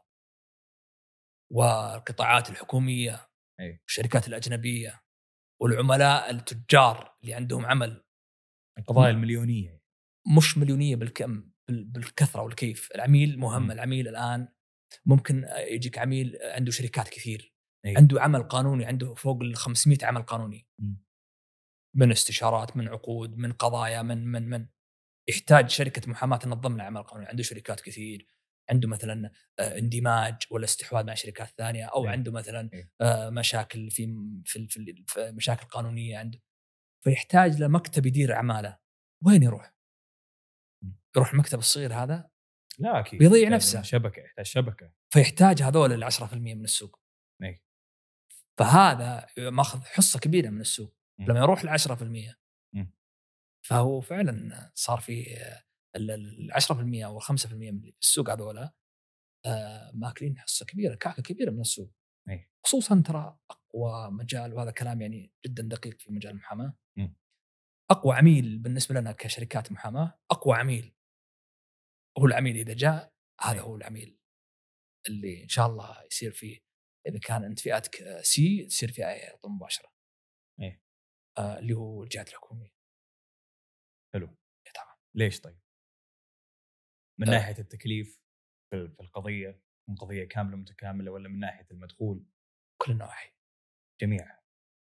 والقطاعات الحكومية والشركات الأجنبية والعملاء التجار اللي عندهم عمل. القضايا المليونية، مش مليونية بالكم، بالكثرة والكيف. العميل مهم. م. العميل الآن ممكن يجيك عميل عنده شركات كثير، أي. عنده عمل قانوني، عنده فوق ال خمسمائة عمل قانوني، م. من استشارات، من عقود، من قضايا، من من من يحتاج شركة محاماة تنظم له عمل قانوني. عنده شركات كثير، عنده مثلا اندماج ولا استحواذ مع شركات ثانية، أو أي. عنده مثلا أي. مشاكل في في في مشاكل قانونية عنده، فيحتاج لمكتب يدير أعماله. وين يروح؟ يروح المكتب الصغير هذا؟ لا أكيد بيضيع نفسه. شبكة، يحتاج شبكة، فيحتاج هذول العشرة في المية من السوق. أي. فهذا ماخذ حصة كبيرة من السوق. م. لما يروح العشرة في المية فهو فعلا صار في العشرة في المية أو الخمسة في المية من السوق هذولا ماكلين حصة كبيرة، كعكة كبيرة من السوق. أي. خصوصا ترى أقوى مجال، وهذا كلام يعني جدا دقيق في مجال المحاماة، أقوى عميل بالنسبة لنا كشركات محاماة، أقوى عميل هو العميل إذا جاء، هذا هو العميل اللي إن شاء الله يصير فيه، إذا كان أنت فئتك سي تصير فئة اي مباشرة. إيه. آه اللي هو الجهات الحكومية. حلو. طبعا. ليش طيب؟ من آه. ناحية التكليف في القضية، من قضية كاملة متكاملة، ولا من ناحية المدخول؟ كل النواحي. جميعها.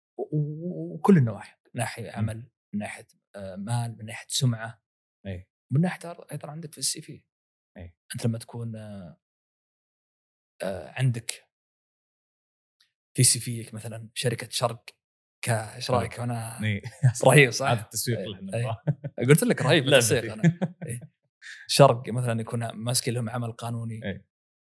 وكل النواحي، من ناحية عمل، م. من ناحية آه مال، من ناحية سمعة. أي. من ناحية أيضا عندك في السي في. أي. أنت لما تكون آه آه عندك في سي فيك مثلا شركة شرق، كايش رايك؟ انا رهيب صح؟ هذا التسويق اللي احنا نبغاه. قلت لك رهيب التسويق انا. شرق مثلا يكون ماسك لهم عمل قانوني،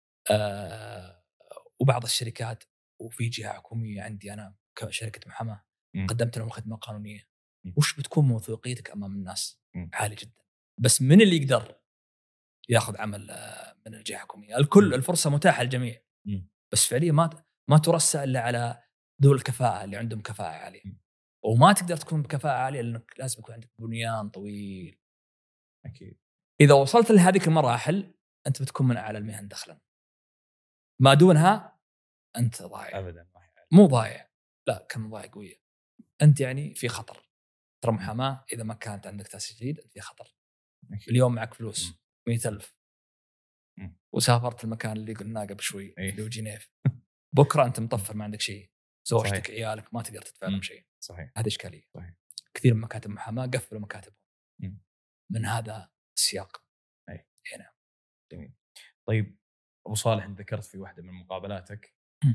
آه وبعض الشركات، وفي جهه حكوميه عندي انا كشركه محاماه قدمت لهم خدمه قانونيه. م. وش بتكون موثوقيتك امام الناس؟ م. عالي جدا. بس من اللي يقدر ياخذ عمل من الجهه الحكوميه؟ الكل. م. الفرصه متاحه للجميع، م. بس فعليا ما ما ترسى الا على ذو الكفاءة اللي عندهم كفاءة عالية. وما تقدر تكون بكفاءة عالية لأنك لازم يكون عندك بنيان طويل. أكيد. إذا وصلت لهذه المراحل أنت بتكون من أعلى المهن دخلا. ما دونها أنت ضايع. أبدا. مو ضايع، لا، كم ضايع قوية. أنت يعني في خطر. ترى محاماة إذا ما كانت عندك تأسيس جديد أنت في خطر. أكيد. اليوم معك فلوس مئة ألف وسافرت المكان اللي قلناه قبل شوي اللي هو جنيف، بكرة أنت مطفر ما عندك شيء، زوجتك صحيح. عيالك ما تقدر تدفع لهم شيء. صحيح. هذه إشكالية. صحيح. كثير من مكاتب المحاماة قفلوا مكاتبهم من هذا السياق. أي. هنا. جميل. طيب أبو صالح، أنت ذكرت في واحدة من مقابلاتك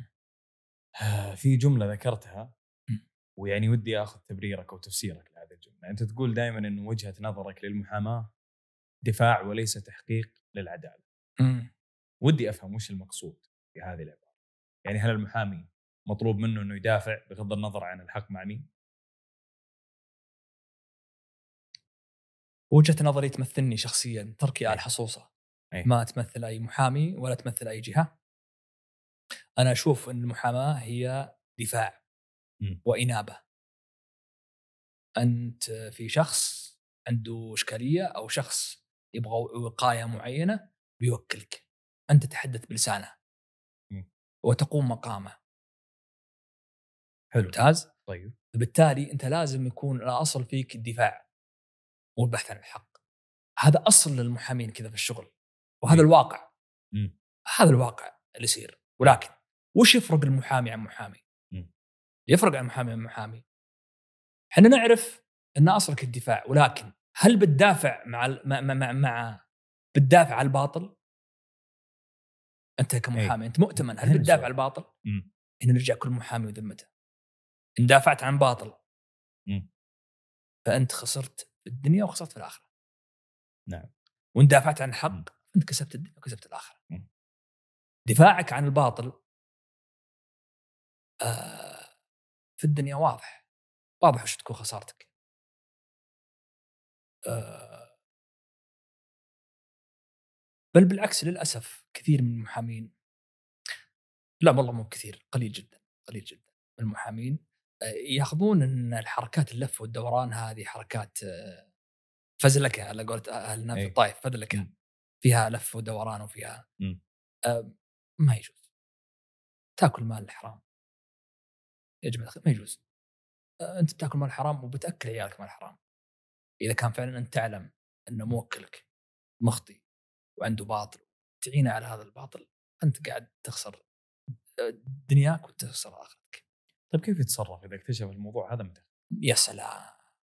في جملة ذكرتها م. ويعني ودي أخذ تبريرك أو تفسيرك لهذه الجملة. أنت تقول دائما أن وجهة نظرك للمحاماة دفاع وليس تحقيق للعدالة. م. ودي أفهم وش المقصود في هذه العبارة. يعني هل المحامي مطلوب منه أنه يدافع بغض النظر عن الحق مع مين؟ وجهة نظري تمثلني شخصيا، تركي آل حصوصة. أي. ما تمثل أي محامي ولا تمثل أي جهة. أنا أشوف أن المحاماة هي دفاع م. وإنابة. أنت في شخص عنده إشكالية أو شخص يبغى وقاية معينة بيوكلك، أنت تتحدث بلسانه م. وتقوم مقامه. حلو. ممتاز. طيب. بالتالي أنت لازم يكون الأصل فيك الدفاع والبحث عن الحق. هذا أصل للمحامين كذا في الشغل، وهذا م. الواقع. م. هذا الواقع اللي يصير. ولكن وش يفرق المحامي عن محامي؟ م. يفرق عن محامي عن محامي. احنا نعرف ان اصلك الدفاع، ولكن هل بتدافع مع مع مع, مع بتدافع على الباطل؟ انت كمحامي أي. انت مؤتمن، هل بتدافع على الباطل؟ م. هنا نرجع كل محامي وذمته. ان دافعت عن باطل م. فانت خسرت في الدنيا وخسرت في الاخره. نعم. وان دافعت عن الحق م. انت كسبت الدنيا وكسبت الاخره. م. دفاعك عن الباطل آه في الدنيا واضح واضح وش تكون خسارتك. آه بل بالعكس للاسف كثير من المحامين، لا والله مو كثير، قليل جدا قليل جدا من المحامين ياخذون ان الحركات اللف والدوران هذه حركات فزلكه على قولة اهلنا في الطائف، فزلكه فيها لف ودوران وفيها آه ما يجوز تاكل مال الحرام يا جماعه، ما يجوز. آه انت بتاكل مال الحرام وبتاكل عيالك مال الحرام. اذا كان فعلا انت تعلم ان موكلك مخطي وعنده باطل تعينه على هذا الباطل، انت قاعد تخسر دنياك وتخسر اخرتك. طيب كيف يتصرف اذا اكتشف الموضوع هذا متى؟ يا سلام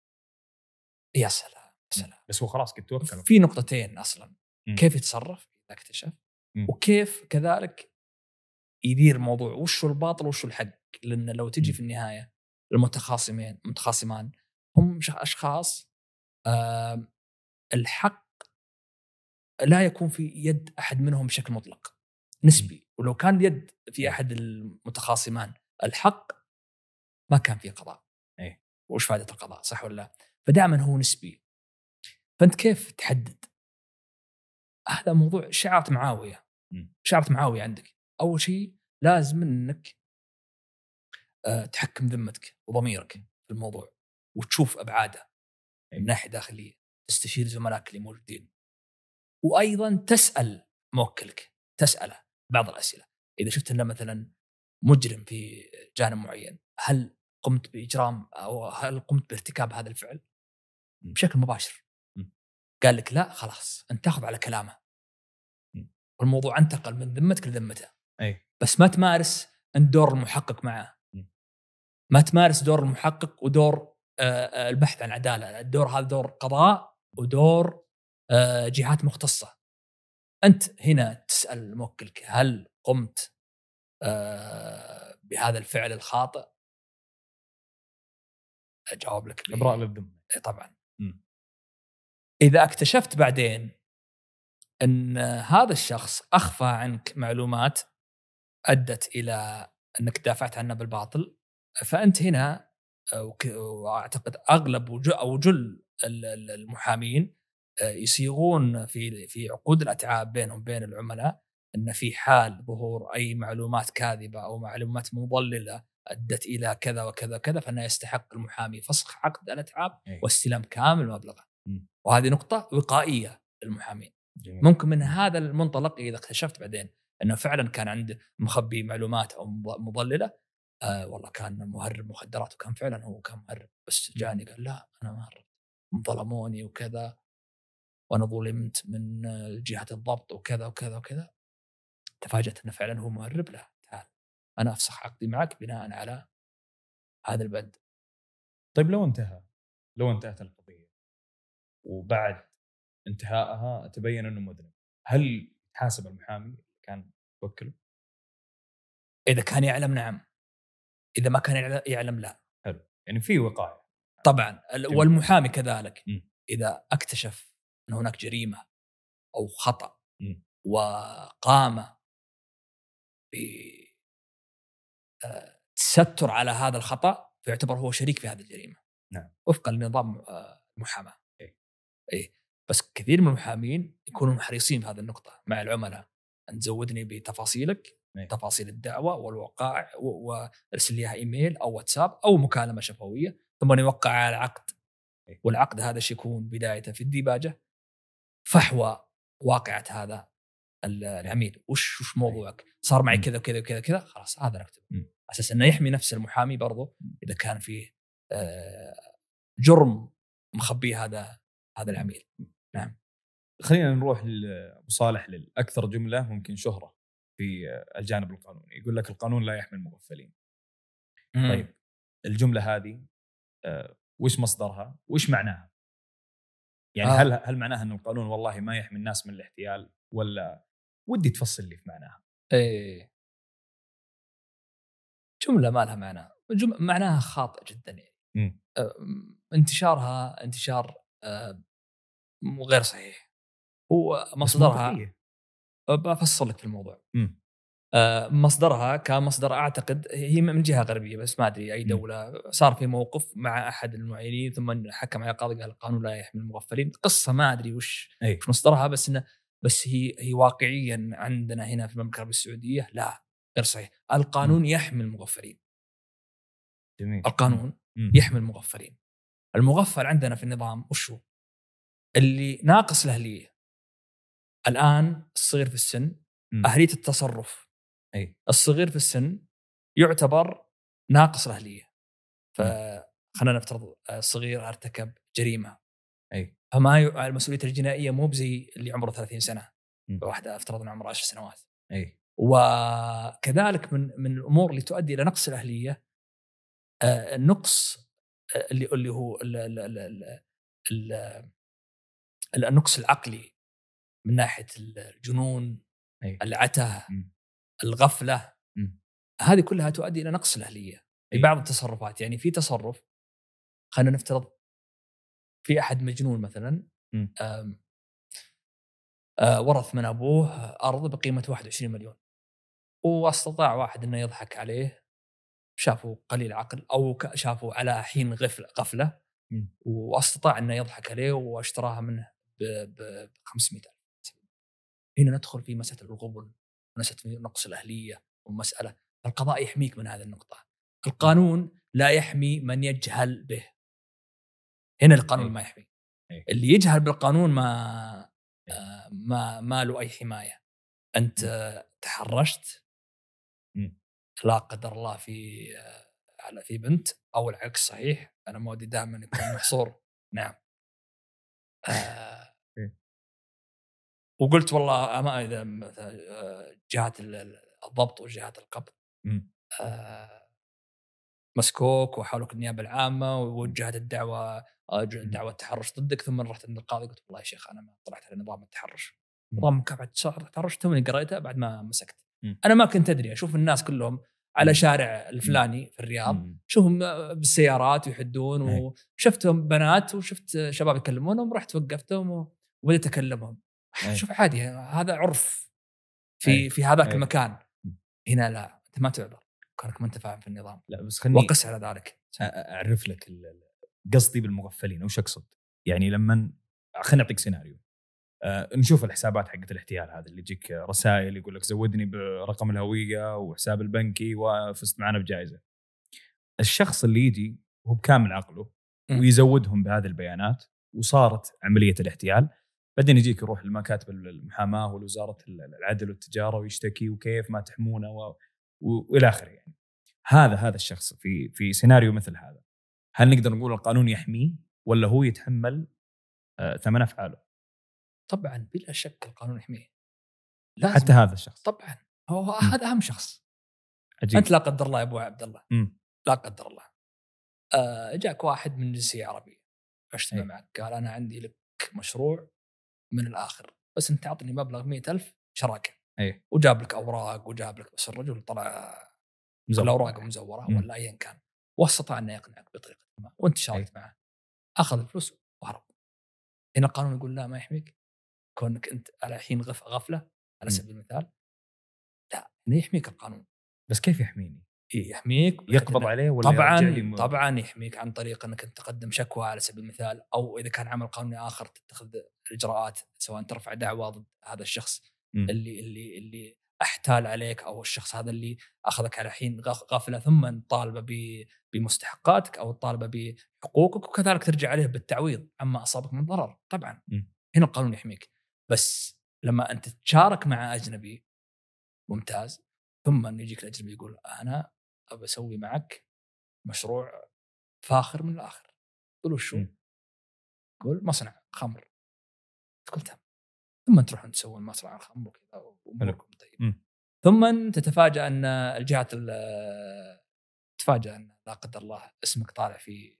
يا سلام سلام. بس هو خلاص قد توكل. في نقطتين اصلا، م. كيف يتصرف اذا اكتشف، م. وكيف كذلك يدير الموضوع، وش الباطل وش الحق. لان لو تجي م. في النهايه المتخاصمين متخاصمان هم اشخاص، آه الحق لا يكون في يد احد منهم بشكل مطلق، نسبي. م. ولو كان يد في احد المتخاصمان الحق ما كان في قضاء. ايه وش فائده القضاء؟ صح ولا لا؟ فدائما هو نسبي. فانت كيف تحدد؟ هذا موضوع شعرة معاوية. شعرة معاوية عندك أول شيء لازم أنك أه تحكم ذمتك وضميرك في الموضوع وتشوف أبعاده من ناحية داخلية، تستشير زملائك اللي موجودين، وأيضا تسأل موكلك، تسأله بعض الأسئلة. إذا شفت أنه مثلا مجرم في جانب معين، هل قمت بإجرام أو هل قمت بارتكاب هذا الفعل بشكل مباشر؟ قال لك لا، خلاص أنت تأخذ على كلامه والموضوع انتقل من ذمتك لذمته. أي. بس ما تمارس أنت دور المحقق معه، ما تمارس دور المحقق ودور البحث عن العدالة. الدور هذا دور قضاء ودور جهات مختصة. أنت هنا تسأل موكلك هل قمت بهذا الفعل الخاطئ؟ أجاوب لك إبراء للذمة طبعا. م. إذا اكتشفت بعدين أن هذا الشخص أخفى عنك معلومات أدت إلى أنك دافعت عنه بالباطل، فأنت هنا وأعتقد أغلب أو جل المحامين يصيغون في في عقود الأتعاب بينهم بين العملاء أن في حال ظهور أي معلومات كاذبة أو معلومات مضللة أدت إلى كذا وكذا كذا، فإنه يستحق المحامي فسخ عقد الأتعاب واستلام كامل مبلغه. وهذه نقطة وقائية للمحامين. جميل. ممكن من هذا المنطلق إذا اكتشفت بعدين أنه فعلا كان عنده مخبي معلومات أو مضللة، آه والله كان مهرب مخدرات وكان فعلا هو كان مهرب، بس جاني قال لا أنا مهرب، ظلموني وكذا وأنا ظلمت من جهة الضبط وكذا وكذا وكذا، تفاجأت أنه فعلا هو مهرب. له تعال أنا أفسخ عقدي معك بناء على هذا البند. طيب لو انتهى لو انتهت القضية وبعد انتهائها تبين أنه مذنب، هل حاسب المحامي اللي كان يوكله؟ إذا كان يعلم نعم، إذا ما كان يعلم لا. حلو، يعني في وقاية طبعا. والمحامي كذلك م. إذا اكتشف أن هناك جريمة أو خطأ م. وقام بتستر على هذا الخطأ فيعتبر هو شريك في هذه الجريمة. نعم. وفقا لنظام المحاماة. إيه. إيه. بس كثير من المحامين يكونوا محرصين في هذه النقطة مع العملاء، أن تزودني بتفاصيلك، إيه. تفاصيل الدعوة والوقائع، وارسل ليها إيميل أو واتساب أو مكالمة شفوية، ثم نوقع على العقد. إيه. والعقد هذا يكون بدايته في الديباجة فحوى واقعة هذا العميل. وش وش موضوعك؟ صار معي كذا وكذا وكذا كذا، خلاص هذا نكتب أساس أنه يحمي نفس المحامي برضو إذا كان فيه جرم مخبي هذا هذا العميل. نعم. خلينا نروح لأبو صالح للأكثر جملة ممكن شهرة في الجانب القانوني، يقول لك القانون لا يحمي المغفلين. مم. طيب الجملة هذه وش مصدرها وش معناها؟ يعني آه. هل هل معناها أن القانون والله ما يحمي الناس من الاحتيال، ولا ودي تفصل لي في معناها؟ إيه. جملة ما لها معنى، جملة معناها خاطئ جدا يعني. م. انتشارها انتشار غير صحيح. هو مصدرها بفصل لك في الموضوع. م. مصدرها كان مصدر أعتقد هي من جهة غربية بس ما أدري أي دولة. صار في موقف مع أحد المعينين ثم حكم على قاضي قال القانون لا يحمي المغفلين. قصة ما أدري وش, وش مصدرها، بس إنه بس هي هي واقعيا عندنا هنا في المملكه العربيه السعوديه لا، غير صحيح. القانون م. يحمي المغفلين. جميل. القانون م. يحمي المغفلين. المغفل عندنا في النظام وش هو؟ اللي ناقص الاهليه الان، الصغير في السن، م. اهليه التصرف. اي الصغير في السن يعتبر ناقص الاهليه. فخلينا نفترض الصغير ارتكب جريمه، اي فما ي... المسؤوليه الجنائيه مو بزي اللي عمره ثلاثين سنه، واحده افترض ان عمره عشر سنوات. اي وكذلك من من الامور اللي تؤدي الى نقص الاهليه آه النقص آه اللي اللي هو ال ال ال ال ال النقص العقلي من ناحيه الجنون، أي. العته، م. الغفله، م. هذه كلها تؤدي الى نقص الاهليه في بعض التصرفات. يعني في تصرف، خلينا نفترض في احد مجنون مثلا آم آه ورث من ابوه ارض بقيمه واحد وعشرين مليون، واستطاع واحد انه يضحك عليه، شافوا قليل عقل او شافوا على حين غفله غفله م. واستطاع انه يضحك عليه واشتراها منه ب خمسمئة ألف. هنا ندخل في مساله الغبن ومساله نقص الاهليه ومساله القضاء يحميك من هذه النقطه. القانون لا يحمي من يجهل به. هنا القانون أي. ما يحمي. أي. اللي يجهل بالقانون ما آه ما ما له اي حمايه. انت م. تحرشت م. لا قدر الله في على في بنت او العكس صحيح، انا مودي دائما يكون محصور. نعم. آه وقلت والله ما اذا جهات الضبط وجهات القبض آه مسكوك وحولك النيابه العامه ووجهت الدعوه دعوه تحرش ضدك، ثم رحت عند القاضي قلت والله يا شيخ انا ما طلعت على نظام التحرش، نظام مكافحه التحرش توني قريته بعد ما مسكت. انا ما كنت ادري، اشوف الناس كلهم على شارع الفلاني في الرياض، شوفهم بالسيارات ويحدون، وشفتهم بنات وشفت شباب يكلمونهم، رحت وقفتهم وبدأت اكلمهم. شوف عادي، هذا عرف في في هذاك المكان. هنا لا، انت ما تعذر كونك ما انت فاهم في النظام. لا بس خليني وقس على ذلك اعرف لك قصدي بالمغفلين وش اقصد. يعني لما خليني اعطيك سيناريو، آه نشوف الحسابات حقت الاحتيال هذا اللي يجيك رسائل يقول لك زودني برقم الهويه وحساب البنكي وفزت معنا بجائزه. الشخص اللي يجي هو بكامل عقله ويزودهم بهذه البيانات وصارت عمليه الاحتيال، بعدين يجيك يروح لمكاتب المحاماه والوزاره العدل والتجاره ويشتكي وكيف ما تحمونه و... والى اخره. يعني هذا هذا الشخص في في سيناريو مثل هذا، هل نقدر نقول القانون يحميه ولا هو يتحمل آه ثمن افعاله؟ طبعا بلا شك القانون يحميه. لازم. حتى هذا الشخص طبعا هو هذا اهم شخص. عجيب. انت لا قدر الله يا ابو عبد الله م. لا قدر الله آه جاك واحد من جنسيه عربيه اجتمع معك قال انا عندي لك مشروع من الاخر، بس انت تعطني مبلغ مئة ألف شراكه. أي. وجاب لك اوراق وجاب لك، بس الرجل طلع كل اوراقه مزوره م. ولا ايا كان، واستطاع انه يقنعك بطريقه ما، وانت شاركت معه، اخذ الفلوس وهرب. هنا القانون يقول لا ما يحميك كونك انت على حين غف غفله على سبيل المثال. لا، هنا يحميك القانون. بس كيف يحميني؟ يحميك يقبض عليه ولا طبعا يرجع لي م... طبعا يحميك عن طريق انك تقدم شكوى على سبيل المثال، او اذا كان عمل قانوني اخر تتخذ الاجراءات، سواء ترفع دعوى ضد هذا الشخص م. اللي اللي اللي احتال عليك، او الشخص هذا اللي اخذك على حين غفله، ثم طالبه بمستحقاتك او طالبه بحقوقك، وكذلك ترجع عليه بالتعويض عما اصابك من ضرر. طبعا م. هنا القانون يحميك. بس لما انت تشارك مع اجنبي ممتاز، ثم يجيك الاجنبي يقول انا ابى اسوي معك مشروع فاخر من الاخر، تقول وشو؟ تقول مصنع خمر. تقول تمام، ثم تروحون تسوون مصنع الخمر وكذا واموركم طيب، ثم تتفاجأ ان الجهات تتفاجأ ان لا قدر الله اسمك طالع في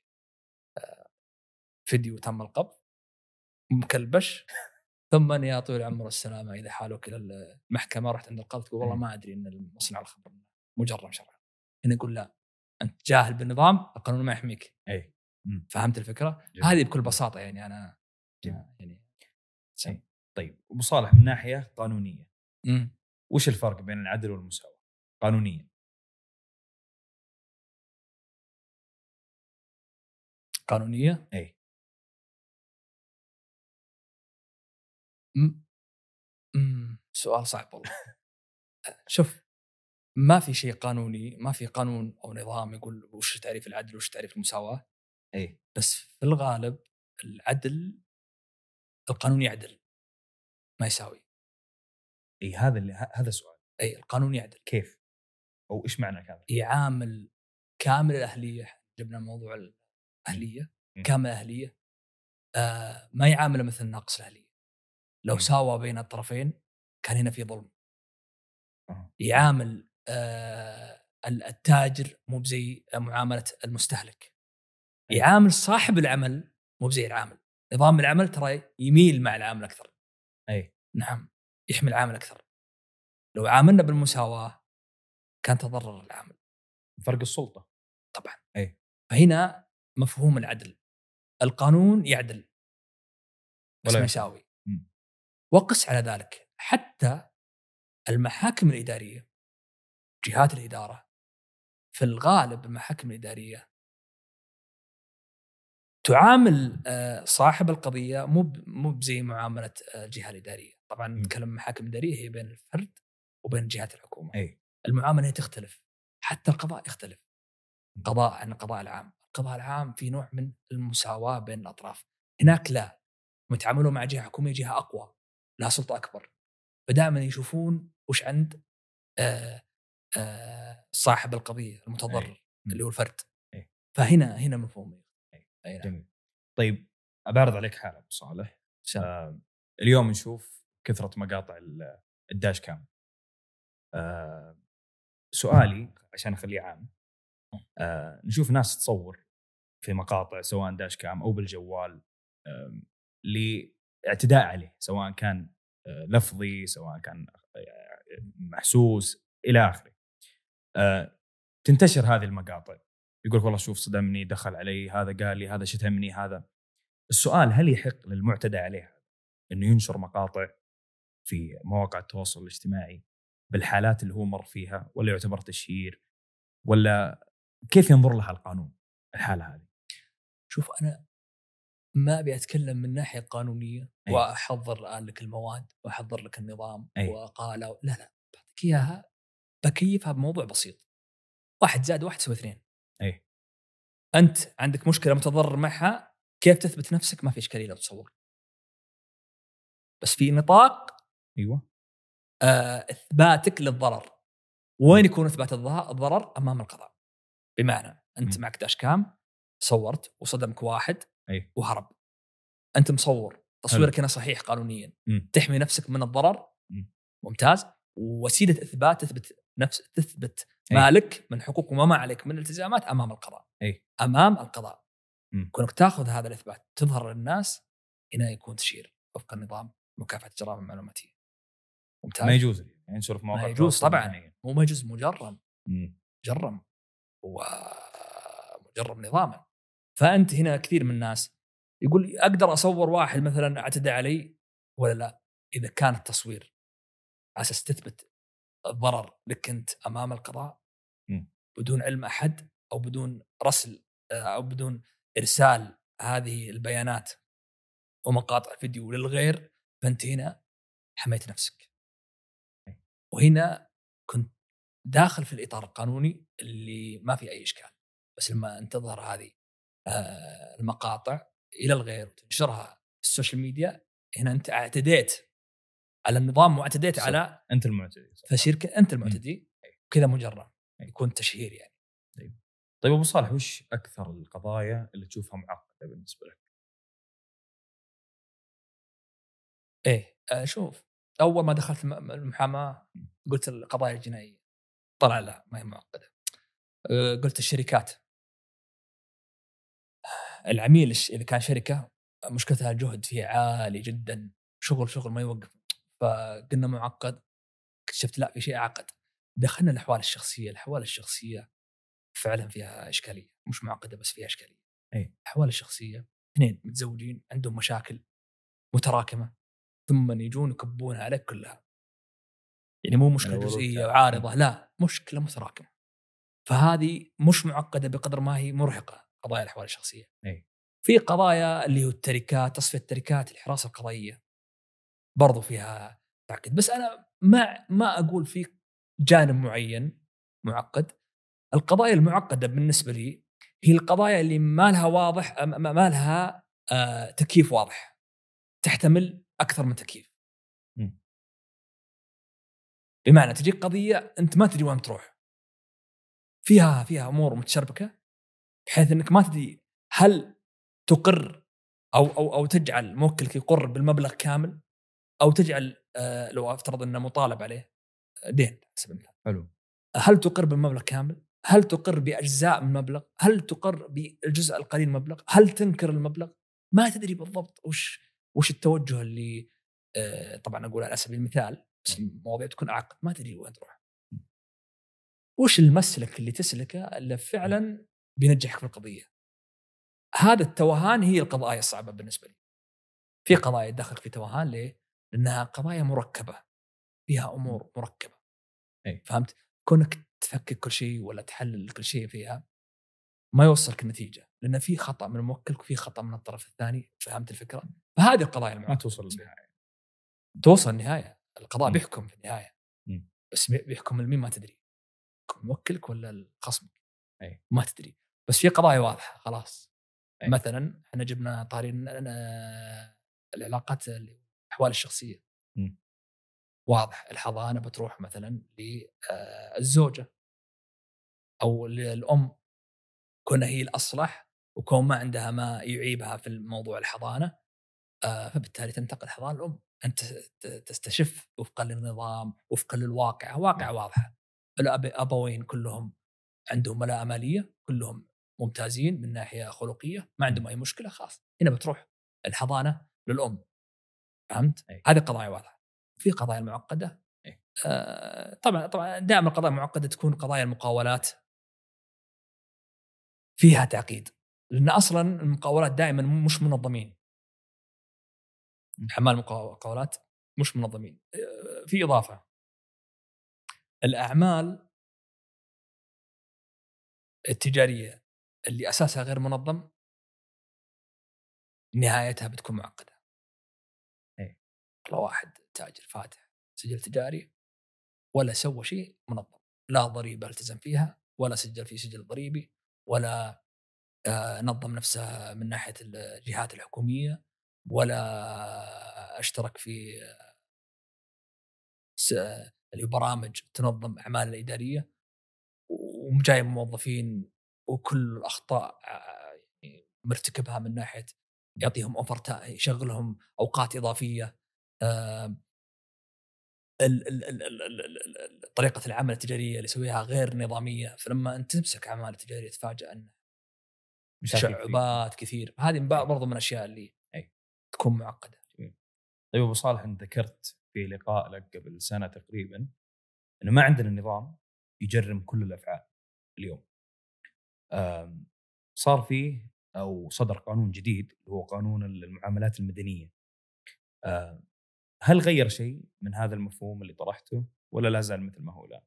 فيديو تم القبض مكلبش، ثم يا طويل العمر والسلامه اذا حالوك الى المحكمه رحت عند القاضي تقول والله ما ادري ان المصنع الخمر مجرم شرعا. هنا يقول لا، انت جاهل بالنظام، القانون ما يحميك. اي فهمت الفكره؟ جميل. هذه بكل بساطه يعني انا جميل. يعني سم. طيب ابو صالح، من ناحيه قانونيه م. وش الفرق بين العدل والمساواه قانونيا؟ قانونيه اي م. امم سؤال صعب والله. شوف، ما في شيء قانوني، ما في قانون او نظام يقول وش تعريف العدل وش تعريف المساواه. اي بس في الغالب العدل، القانون يعدل ما يساوي. اي هذا اللي هذا سؤال. اي القانون يعدل كيف او ايش معنى كامل؟ يعامل كامل الاهليه. جبنا موضوع الاهليه، م. كامل الاهليه. آه ما يعامله مثل ناقص الاهليه. لو م. ساوى بين الطرفين كان هنا في ظلم. أه. يعامل آه التاجر مو بزي معامله المستهلك. أي. يعامل صاحب العمل مو بزي العامل. نظام العمل ترى يميل مع العامل اكثر. اي نعم، يحمي العامل اكثر. لو عاملنا بالمساواه كان تضرر العامل. فرق السلطه طبعا. اي فهنا مفهوم العدل، القانون يعدل بس ما يساوي. وقس على ذلك حتى المحاكم الإدارية، جهات الإدارة في الغالب المحاكم الإدارية تعامل صاحب القضية مو مو بزي معاملة الجهة الإدارية. طبعا نتكلم محاكم إدارية هي بين الفرد وبين جهات الحكومة. أي. المعاملة تختلف، حتى القضاء يختلف. قضاء عن القضاء العام، القضاء العام في نوع من المساواة بين الأطراف. هناك لا، متعاملوا مع جهة حكومية جهة أقوى لها سلطة أكبر، فدائما يشوفون وش عند آآ آآ صاحب القضية المتضرر. أي. اللي هو الفرد. أي. فهنا هنا مفهوم. أي. جميل. طيب أبارد عليك حالة أبو صالح. آه اليوم نشوف كثرة مقاطع الداش كام. آه سؤالي عشان أخليه عام، آه نشوف ناس تصور في مقاطع سواء داش كام أو بالجوال آه لاعتداء عليه، سواء كان آه لفظي سواء كان آه محسوس إلى آخره. آه تنتشر هذه المقاطع، يقول والله شوف صدمني، دخل علي، هذا قال لي، هذا شتمني. هذا السؤال، هل يحق للمعتدى عليه أنه ينشر مقاطع في مواقع التواصل الاجتماعي بالحالات اللي هو مر فيها، ولا يعتبر تشهير، ولا كيف ينظر لها القانون الحالة هذه؟ شوف أنا ما أبي أتكلم من ناحية قانونية. أي. وأحضر الآن لك المواد وأحضر لك النظام. أي. وقالوا لا لا بعطيك إياها بكيفها بموضوع بسيط، واحد زائد واحد يساوي اثنين. أي. أنت عندك مشكلة متضرر معها، كيف تثبت نفسك؟ ما في إشكالية لو تصور، بس في نطاق أيوة آه إثباتك للضرر. وين يكون إثبات الضرر؟ أمام القضاء. بمعنى أنت م. معك داش كام، صورت وصدمك واحد. أي. وهرب، أنت مصور، تصويرك هنا صحيح قانونيا. م. تحمي نفسك من الضرر. م. ممتاز. ووسيلة إثبات تثبت نفس تثبت أي. مالك من حقوق وما ما عليك من التزامات أمام القضاء. أي. أمام القضاء. م. كونك تأخذ هذا الإثبات تظهر للناس، هنا يكون تشير وفق النظام مكافحة الجرائم المعلوماتية. ممتاز. ما يجوز يعني ينشر في مواقع التواصل. طبعا مو ما يجوز، مجرم. م. مجرم ومجرم نظاما. فأنت هنا كثير من الناس يقول أقدر أصور واحد مثلا اعتدى علي ولا لا؟ إذا كان التصوير على أساس تثبت الضرر لك أنت أمام القضاء م. بدون علم أحد، أو بدون رسل أو بدون إرسال هذه البيانات ومقاطع الفيديو للغير، فأنت هنا حميت نفسك. وهنا كنت داخل في الإطار القانوني اللي ما في أي إشكال. بس لما أن تظهر هذه المقاطع إلى الغير وتنشرها في السوشيال ميديا، هنا أنت اعتديت على النظام واعتديت على أنت المعتدي. فشيرك أنت المعتدي كذا مجرم، يكون تشهير يعني. طيب طيب أبو صالح، وش أكثر القضايا اللي تشوفها معقدة بالنسبة لك؟ إيه شوف، أول ما دخلت المحاماة قلت القضايا الجنائية، طلع لا ما هي معقدة. قلت الشركات، العميل إذا كان شركة مشكلتها الجهد فيه عالي جدا، شغل شغل ما يوقف، فقلنا معقد. اكتشفت لا في شيء أعقد. دخلنا الأحوال الشخصية. الأحوال الشخصية فعلا فيها إشكالية، مش معقدة بس فيها إشكالية. أي. الأحوال الشخصية اثنين متزوجين عندهم مشاكل متراكمة، ثم يجون يكبونها عليك كلها. يعني مو مشكلة جزئية وعارضة، لا مشكلة متراكمة. فهذه مش معقدة بقدر ما هي مرهقة. قضايا الأحوال الشخصية. أي. في قضايا اللي هو التركات، تصفية التركات، الحراسة القضائية برضو فيها تعقيد. بس انا ما ما اقول في جانب معين معقد. القضايا المعقده بالنسبه لي هي القضايا اللي ما لها واضح ما لها آه تكييف واضح، تحتمل اكثر من تكييف. م. بمعنى تجيك قضيه انت ما تدري وين تروح، فيها فيها امور متشربكه بحيث انك ما تدري هل تقر او او او تجعل موكلك يقر بالمبلغ كامل، او تجعل آه لو افترض انه مطالب عليه دين حسب المثال، حلو، هل تقر بالمبلغ كامل؟ هل تقر باجزاء من المبلغ؟ هل تقر بالجزء القليل من المبلغ؟ هل تنكر المبلغ؟ ما تدري بالضبط وش وش التوجه اللي آه طبعا اقول على سبيل المثال، بس المواضيع تكون اعقد، ما تدري وين تروح. وش المسلك اللي تسلكه اللي فعلا بينجحك في القضيه؟ هذا التوهان هي القضايا الصعبه بالنسبه لي. في قضايا تدخلك في توهان، ليه؟ لانها قضايا مركبه، فيها امور مركبه. أي. فهمت؟ كونك تفكك كل شيء ولا تحلل كل شيء فيها ما يوصلك النتيجه، لان في خطا من موكلك وفي خطا من الطرف الثاني. فهمت الفكره؟ فهذه القضايا المعقده ما توصل للنهايه. توصل النهايه، القضاء م. بيحكم في النهايه، م. بس بيحكم لمين ما تدري، موكلك ولا الخصم. أي. ما تدري. بس في قضايا واضحه خلاص. أي. مثلا احنا جبنا طارين العلاقات الاحوال الشخصيه. م. واضح الحضانه بتروح مثلا للزوجه او للام، كونها هي الاصلح وكون ما عندها ما يعيبها في الموضوع الحضانه، فبالتالي تنتقل حضانه الام. انت تستشف وفقا للنظام وفقا للواقع، واقع واضحه. الابوين كلهم عندهم ملاءه ماليه، كلهم ممتازين من ناحيه خلقيه، ما عندهم اي مشكله، خاص هنا بتروح الحضانه للام. فهمت؟ هذه قضايا واضحه. في قضايا المعقده آه طبعا طبعا دائما القضايا المعقده تكون قضايا المقاولات فيها تعقيد، لان اصلا المقاولات دائما مش منظمين. حمال المقاولات مش منظمين. في اضافه، الاعمال التجاريه اللي اساسها غير منظم نهايتها بتكون معقده. اي والله واحد تاجر فاتح سجل تجاري ولا سوى شيء منظم، لا ضريبه التزم فيها ولا سجل في سجل ضريبي ولا آه نظم نفسه من ناحيه الجهات الحكوميه ولا اشترك في اللي برامج تنظم اعمال الاداريه، وجايب موظفين وكل الاخطاء مرتكبها من ناحيه يعطيهم اوفر، يشغلهم اوقات اضافيه، طريقه العمل التجاريه اللي يسويها غير نظاميه. فلما انت تمسك اعمال تجاريه تفاجئ ان تشعبات كثير. هذه برضو من الاشياء اللي أي. تكون معقده. طيب ابو صالح، انت ذكرت في لقاء لك قبل سنه تقريبا انه ما عندنا نظام يجرم كل الافعال. اليوم صار فيه او صدر قانون جديد اللي هو قانون المعاملات المدنيه. هل غير شيء من هذا المفهوم اللي طرحته ولا لا زال مثل ما هو الان؟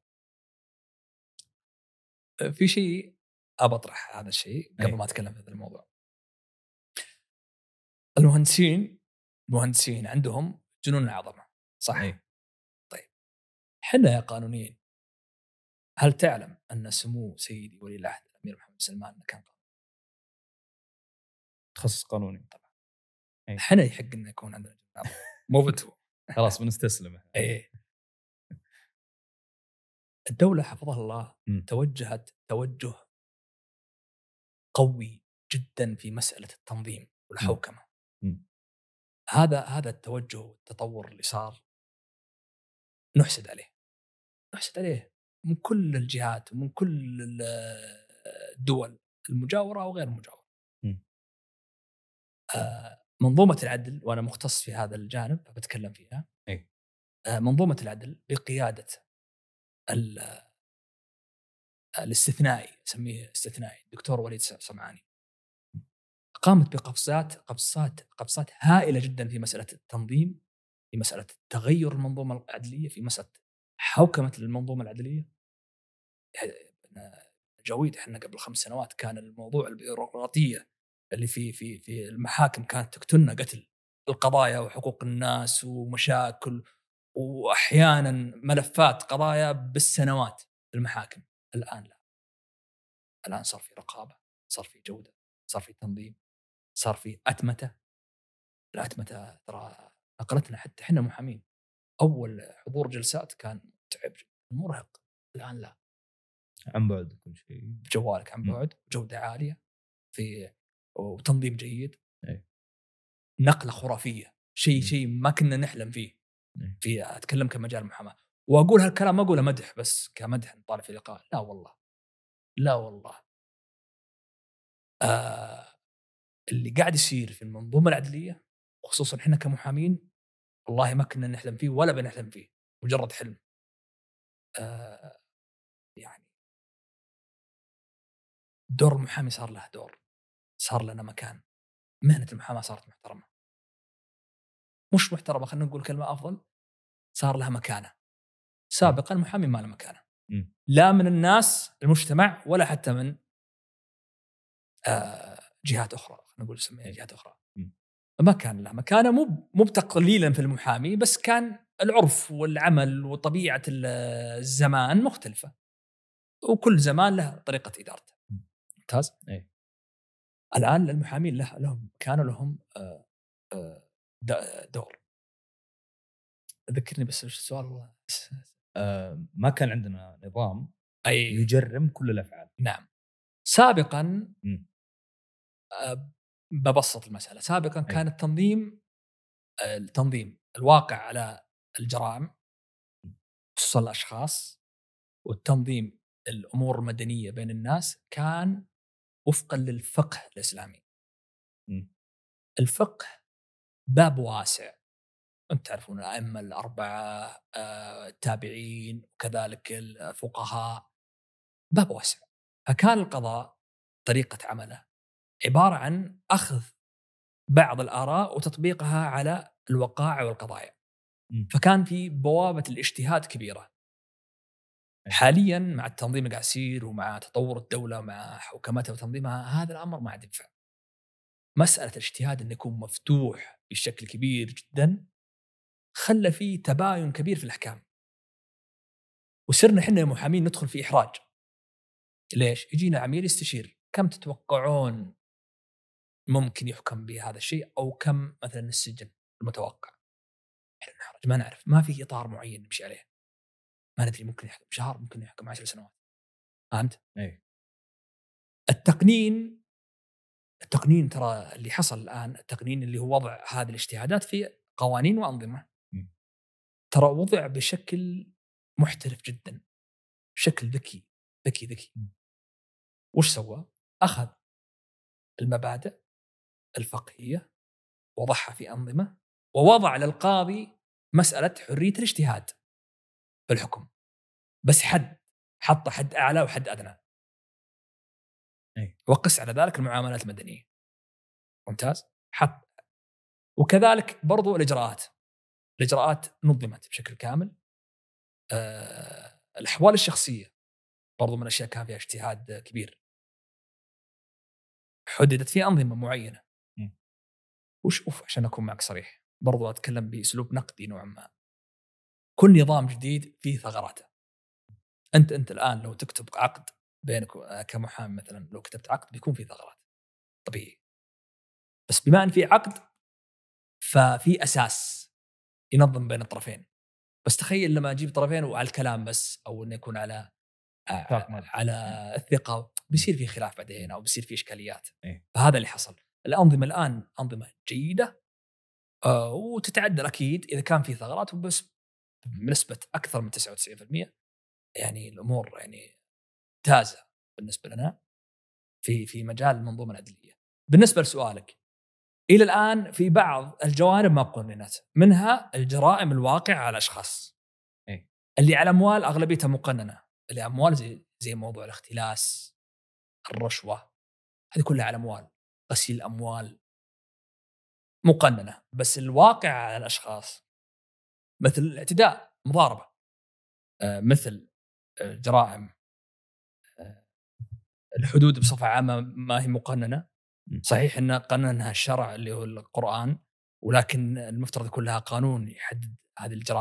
في شيء أبطرح هذا الشيء قبل أي. ما أتكلم في هذا الموضوع. المهندسين المهندسين عندهم جنون العظمة، صح؟ أي. طيب حنا يا قانونيين، هل تعلم أن سمو سيدي ولي العهد الأمير محمد سلمان كان قانون؟ تخصص قانوني طبعا. أي. حنا يحق أن يكون عندنا جنون العظمة مو بتو. خلاص بنستسلم. ايه. الدولة حفظها الله م. توجهت توجه قوي جدا في مسألة التنظيم والحوكمة. م. م. هذا هذا التوجه والتطور اللي صار نحسد عليه نحسد عليه من كل الجهات ومن كل الدول المجاورة وغير المجاورة. آه منظومة العدل، وأنا مختص في هذا الجانب فبتكلم فيها. أي. آه منظومة العدل بقيادة الاستثنائي، سميه استثنائي الدكتور وليد سمعاني، قامت بقفزات قفزات قفزات هائلة جدا في مسألة التنظيم، في مسألة تغير المنظومة العدلية، في مسألة حوكمة المنظومة العدلية. جويد احنا قبل خمس سنوات كان الموضوع البيروقراطية اللي في في في المحاكم كانت تقتلنا قتل، القضايا وحقوق الناس ومشاكل واحيانا ملفات قضايا بالسنوات في المحاكم. الان لا، الان صار في رقابه، صار في جوده، صار في تنظيم، صار في اتمته. الاتمته ترى نقلتنا حتى احنا محامين، اول حضور جلسات كان متعب مرهق، الان لا، عن بعد كل شيء بجوالك عن بعد، جوده عاليه في وتنظيم جيد. أي. نقله خرافيه، شيء شيء ما كنا نحلم فيه. في اتكلم كمجال المحاماه، واقول هالكلام ما اقوله مدح بس كمدح نطالع في لقاء، لا والله لا والله آه اللي قاعد يصير في المنظومه العدليه خصوصا احنا كمحامين والله ما كنا نحلم فيه ولا بنحلم فيه، مجرد حلم. آه يعني دور المحامي صار له دور، صار لنا مكان. مهنه المحاماه صارت محترمه، مش محترمه خلينا نقول كلمه افضل، صار لها مكانه. سابقا المحامي ما له مكانه، لا من الناس المجتمع ولا حتى من آه جهات اخرى، خلينا نقول نسميها جهات اخرى. ما كان له مكانه، مو مو تقليلا في المحامي، بس كان العرف والعمل وطبيعه الزمان مختلفه، وكل زمان له طريقه ادارته. ممتاز. أي. الان المحامين له لهم كانوا لهم آه آه دور. ذكرني بس ايش السؤال والله. آه ما كان عندنا نظام أي. يجرم كل الافعال. نعم. سابقا م. آه ببسط المساله، سابقا أي. كان التنظيم آه التنظيم الواقع على الجرائم خصوصا الاشخاص، والتنظيم الامور المدنيه بين الناس كان وفقا للفقه الاسلامي. م. الفقه باب واسع، أنت تعرفون الأئمة الأربعة، التابعين، وكذلك الفقهاء، باب واسع. فكان القضاء طريقة عمله عبارة عن أخذ بعض الآراء وتطبيقها على الوقائع والقضايا. فكان في بوابة الاجتهاد كبيرة. حاليا مع التنظيم اللي قاعد يصير ومع تطور الدولة مع حكومتها وتنظيمها، هذا الأمر ما عاد ينفع. مسألة الاجتهاد أن يكون مفتوح بشكل كبير جدا خلى فيه تباين كبير في الأحكام، وصرنا احنا محامين ندخل في إحراج. ليش؟ يجينا عميل يستشير، كم تتوقعون ممكن يحكم بهذا الشيء، أو كم مثلا السجن المتوقع؟ احنا نحرج، ما نعرف، ما في إطار معين نمشي عليه، ما ندري، ممكن يحكم شهر، ممكن يحكم عشر سنوات. فهمت؟ أي. التقنين التقنين ترى اللي حصل الآن، التقنين اللي هو وضع هذه الاجتهادات في قوانين وأنظمة، م. ترى وضع بشكل محترف جدا، بشكل ذكي ذكي ذكي. م. وش سوى؟ أخذ المبادئ الفقهية وضعها في أنظمة، ووضع للقاضي مسألة حرية الاجتهاد في الحكم، بس حد حط حد أعلى وحد أدنى. أي. وقس على ذلك المعاملات المدنية. ممتاز. حط. وكذلك برضو الإجراءات الإجراءات نظمت بشكل كامل. أه الأحوال الشخصية برضو من الأشياء كان فيها اجتهاد كبير، حددت في أنظمة معينة. م. وشوف عشان أكون معك صريح، برضو أتكلم بأسلوب نقدي نوعا ما، كل نظام جديد فيه ثغراته. أنت أنت الآن لو تكتب عقد بينك كمحامي مثلا، لو كتبت عقد بيكون فيه ثغرات طبيعي، بس بما أن في عقد ففي أساس ينظم بين الطرفين. بس تخيل لما أجيب طرفين وعلى الكلام بس، أو أنه يكون على على الثقة، بيصير في خلاف بعدين أو بيصير في إشكاليات. فهذا اللي حصل. الأنظمة الآن أنظمة جيدة آه وتتعدل أكيد إذا كان في ثغرات، وبس بنسبة أكثر من تسعة وتسعين بالمئة يعني الأمور يعني ممتازة بالنسبة لنا في في مجال المنظومة العدلية. بالنسبة لسؤالك، إلى الآن في بعض الجوانب ما قننت، منها الجرائم الواقعة على الأشخاص. أي. اللي على أموال أغلبيتها مقننة، اللي أموال زي زي موضوع الاختلاس، الرشوة، هذه كلها على أموال، غسيل الأموال مقننة. بس الواقع على الأشخاص مثل الاعتداء، مضاربة، آه مثل آه جرائم آه الحدود بصفة عامة ما هي مقننة. صحيح أن قننها الشرع اللي هو القرآن، ولكن المفترض يكون لها قانون يحدد هذه الجرائم.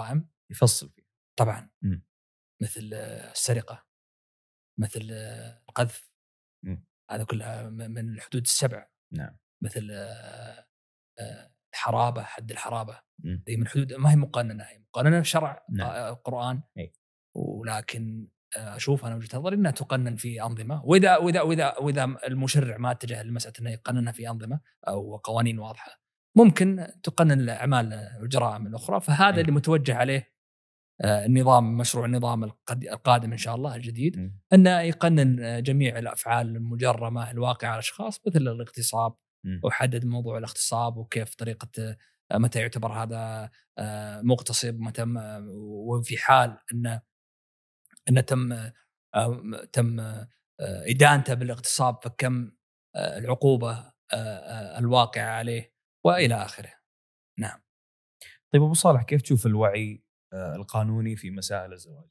يفصل فيه طبعا. م. مثل السرقة، مثل القذف، هذا كلها من الحدود السبع. نعم. مثل الحرابة، حد الحرابة م. هي من حدود ما هي مقننة، هي مقننة شرع نعم. القرآن. أي. ولكن أشوف أنا وجهة نظري أنها تقنن في أنظمة، وإذا وإذا وإذا وإذا المشرع ما اتجه لمسألة أنه يقننها في أنظمة أو قوانين واضحة، ممكن تقنن الأعمال والجرائم الأخرى. فهذا أي. اللي متوجه عليه النظام، مشروع النظام القادم إن شاء الله الجديد، م. أنه يقنن جميع الأفعال المجرمة الواقعة على الأشخاص، مثل الاغتصاب، م. وحدد موضوع الاغتصاب وكيف طريقة متى يعتبر هذا مغتصب، متى، وفي حال أنه أنه تم تم إدانته بالاغتصاب فكم العقوبة الواقعة عليه وإلى آخره. نعم. طيب أبو صالح، كيف تشوف الوعي القانوني في مسائل الزواج؟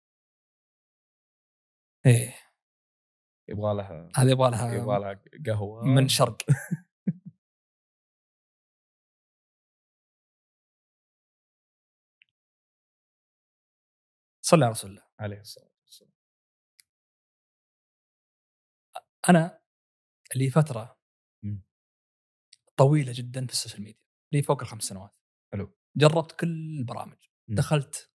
إيه يبغى لها هذه يبغى لها يبغى لها قهوة من شرق. صلى على رسول الله عليه الصلاة والسلام. أنا لي فترة م. طويلة جدا في السوشيال ميديا، لي فوق الخمس سنوات. حلو. جربت كل البرامج. م. دخلت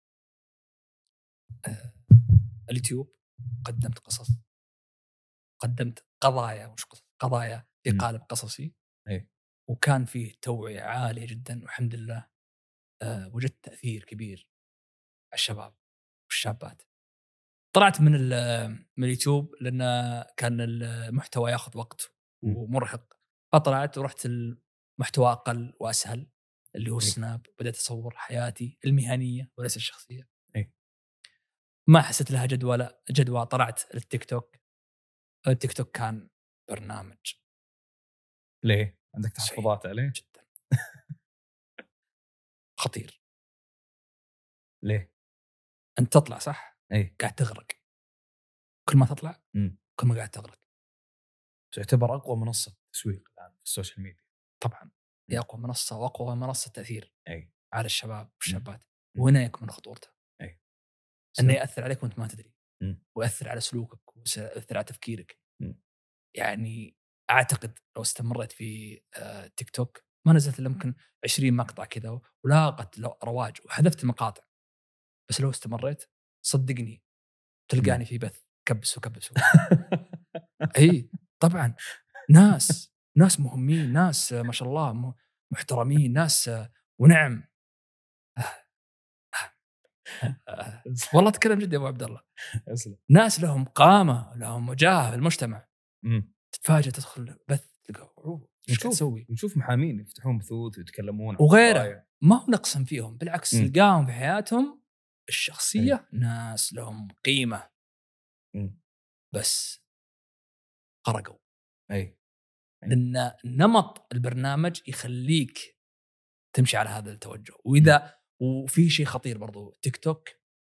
آه اليوتيوب، قدمت قصص، قدمت قضايا، مش قصص، قضايا في قالب قصصي. أي. وكان فيه توعية عالية جدا، والحمد لله آه وجدت تأثير كبير على الشباب والشابات. طلعت من من اليوتيوب لأن كان المحتوى ياخذ وقت ومرهق، فطلعت ورحت المحتوى أقل وأسهل اللي هو السناب. بدأت أصور حياتي المهنية وليس الشخصية. أي. ما حسيت لها جدوى جدوى طلعت للتيك توك. التيك توك كان برنامج. ليه؟ عندك تحفظات عليه؟ جدا. خطير. ليه؟ أنت تطلع صح؟ أي. قاعد تغرق. كل ما تطلع م. كل ما قاعد تغرق. تعتبر أقوى منصة تسويق الآن في السوشيال ميديا. طبعا هي أقوى منصة وأقوى منصة تأثير أي. على الشباب والشابات. وهنا يكمن خطورته. أي. أنه يأثر عليك وأنت ما تدري، م. ويأثر على سلوكك ويأثر على تفكيرك. م. يعني أعتقد لو استمريت في تيك توك ما نزلت إلا ممكن عشرين مقطع كذا ولاقت رواج وحذفت المقاطع، بس لو استمريت صدقني تلقاني في بث كبس وكبس. أي طبعا. ناس ناس مهمين، ناس ما شاء الله محترمين، ناس ونعم. والله أتكلم جد يا أبو عبد الله. ناس لهم قامة، لهم وجاهة في المجتمع. مم. تتفاجأ تدخل بث تلقى ايش تسوي؟ نشوف محامين يفتحون بثوث ويتكلمون وغيره، ما هو نقصا فيهم، بالعكس مم. تلقاهم في حياتهم الشخصية أي. ناس لهم قيمة. مم. بس غرقوا. أي. لأن نمط البرنامج يخليك تمشي على هذا التوجه. وإذا م. وفي شيء خطير برضو تيك توك،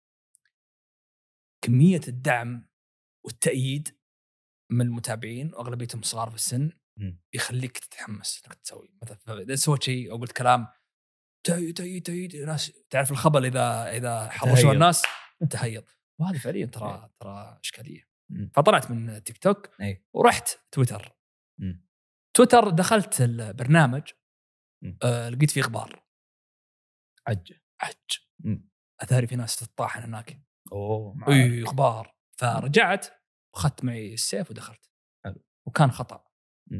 كمية الدعم والتأييد من المتابعين وأغلبيتهم صغار في السن م. يخليك تتحمس انك تسوي. مثلا اذا سويت شيء او قلت كلام تأيد تأيد تأيد ناس، تعرف الخبل اذا اذا حرشوا الناس تهيض، وهذا فعليا ترى ترى اشكاليه. م. فطلعت من تيك توك أي. ورحت تويتر. م. تويتر دخلت البرنامج آه لقيت فيه غبار عج عج م. اثاري في ناس تطاحن هناك. اوه اي غبار. فرجعت واخذت معي السيف ودخلت. حلو. وكان خطأ. م.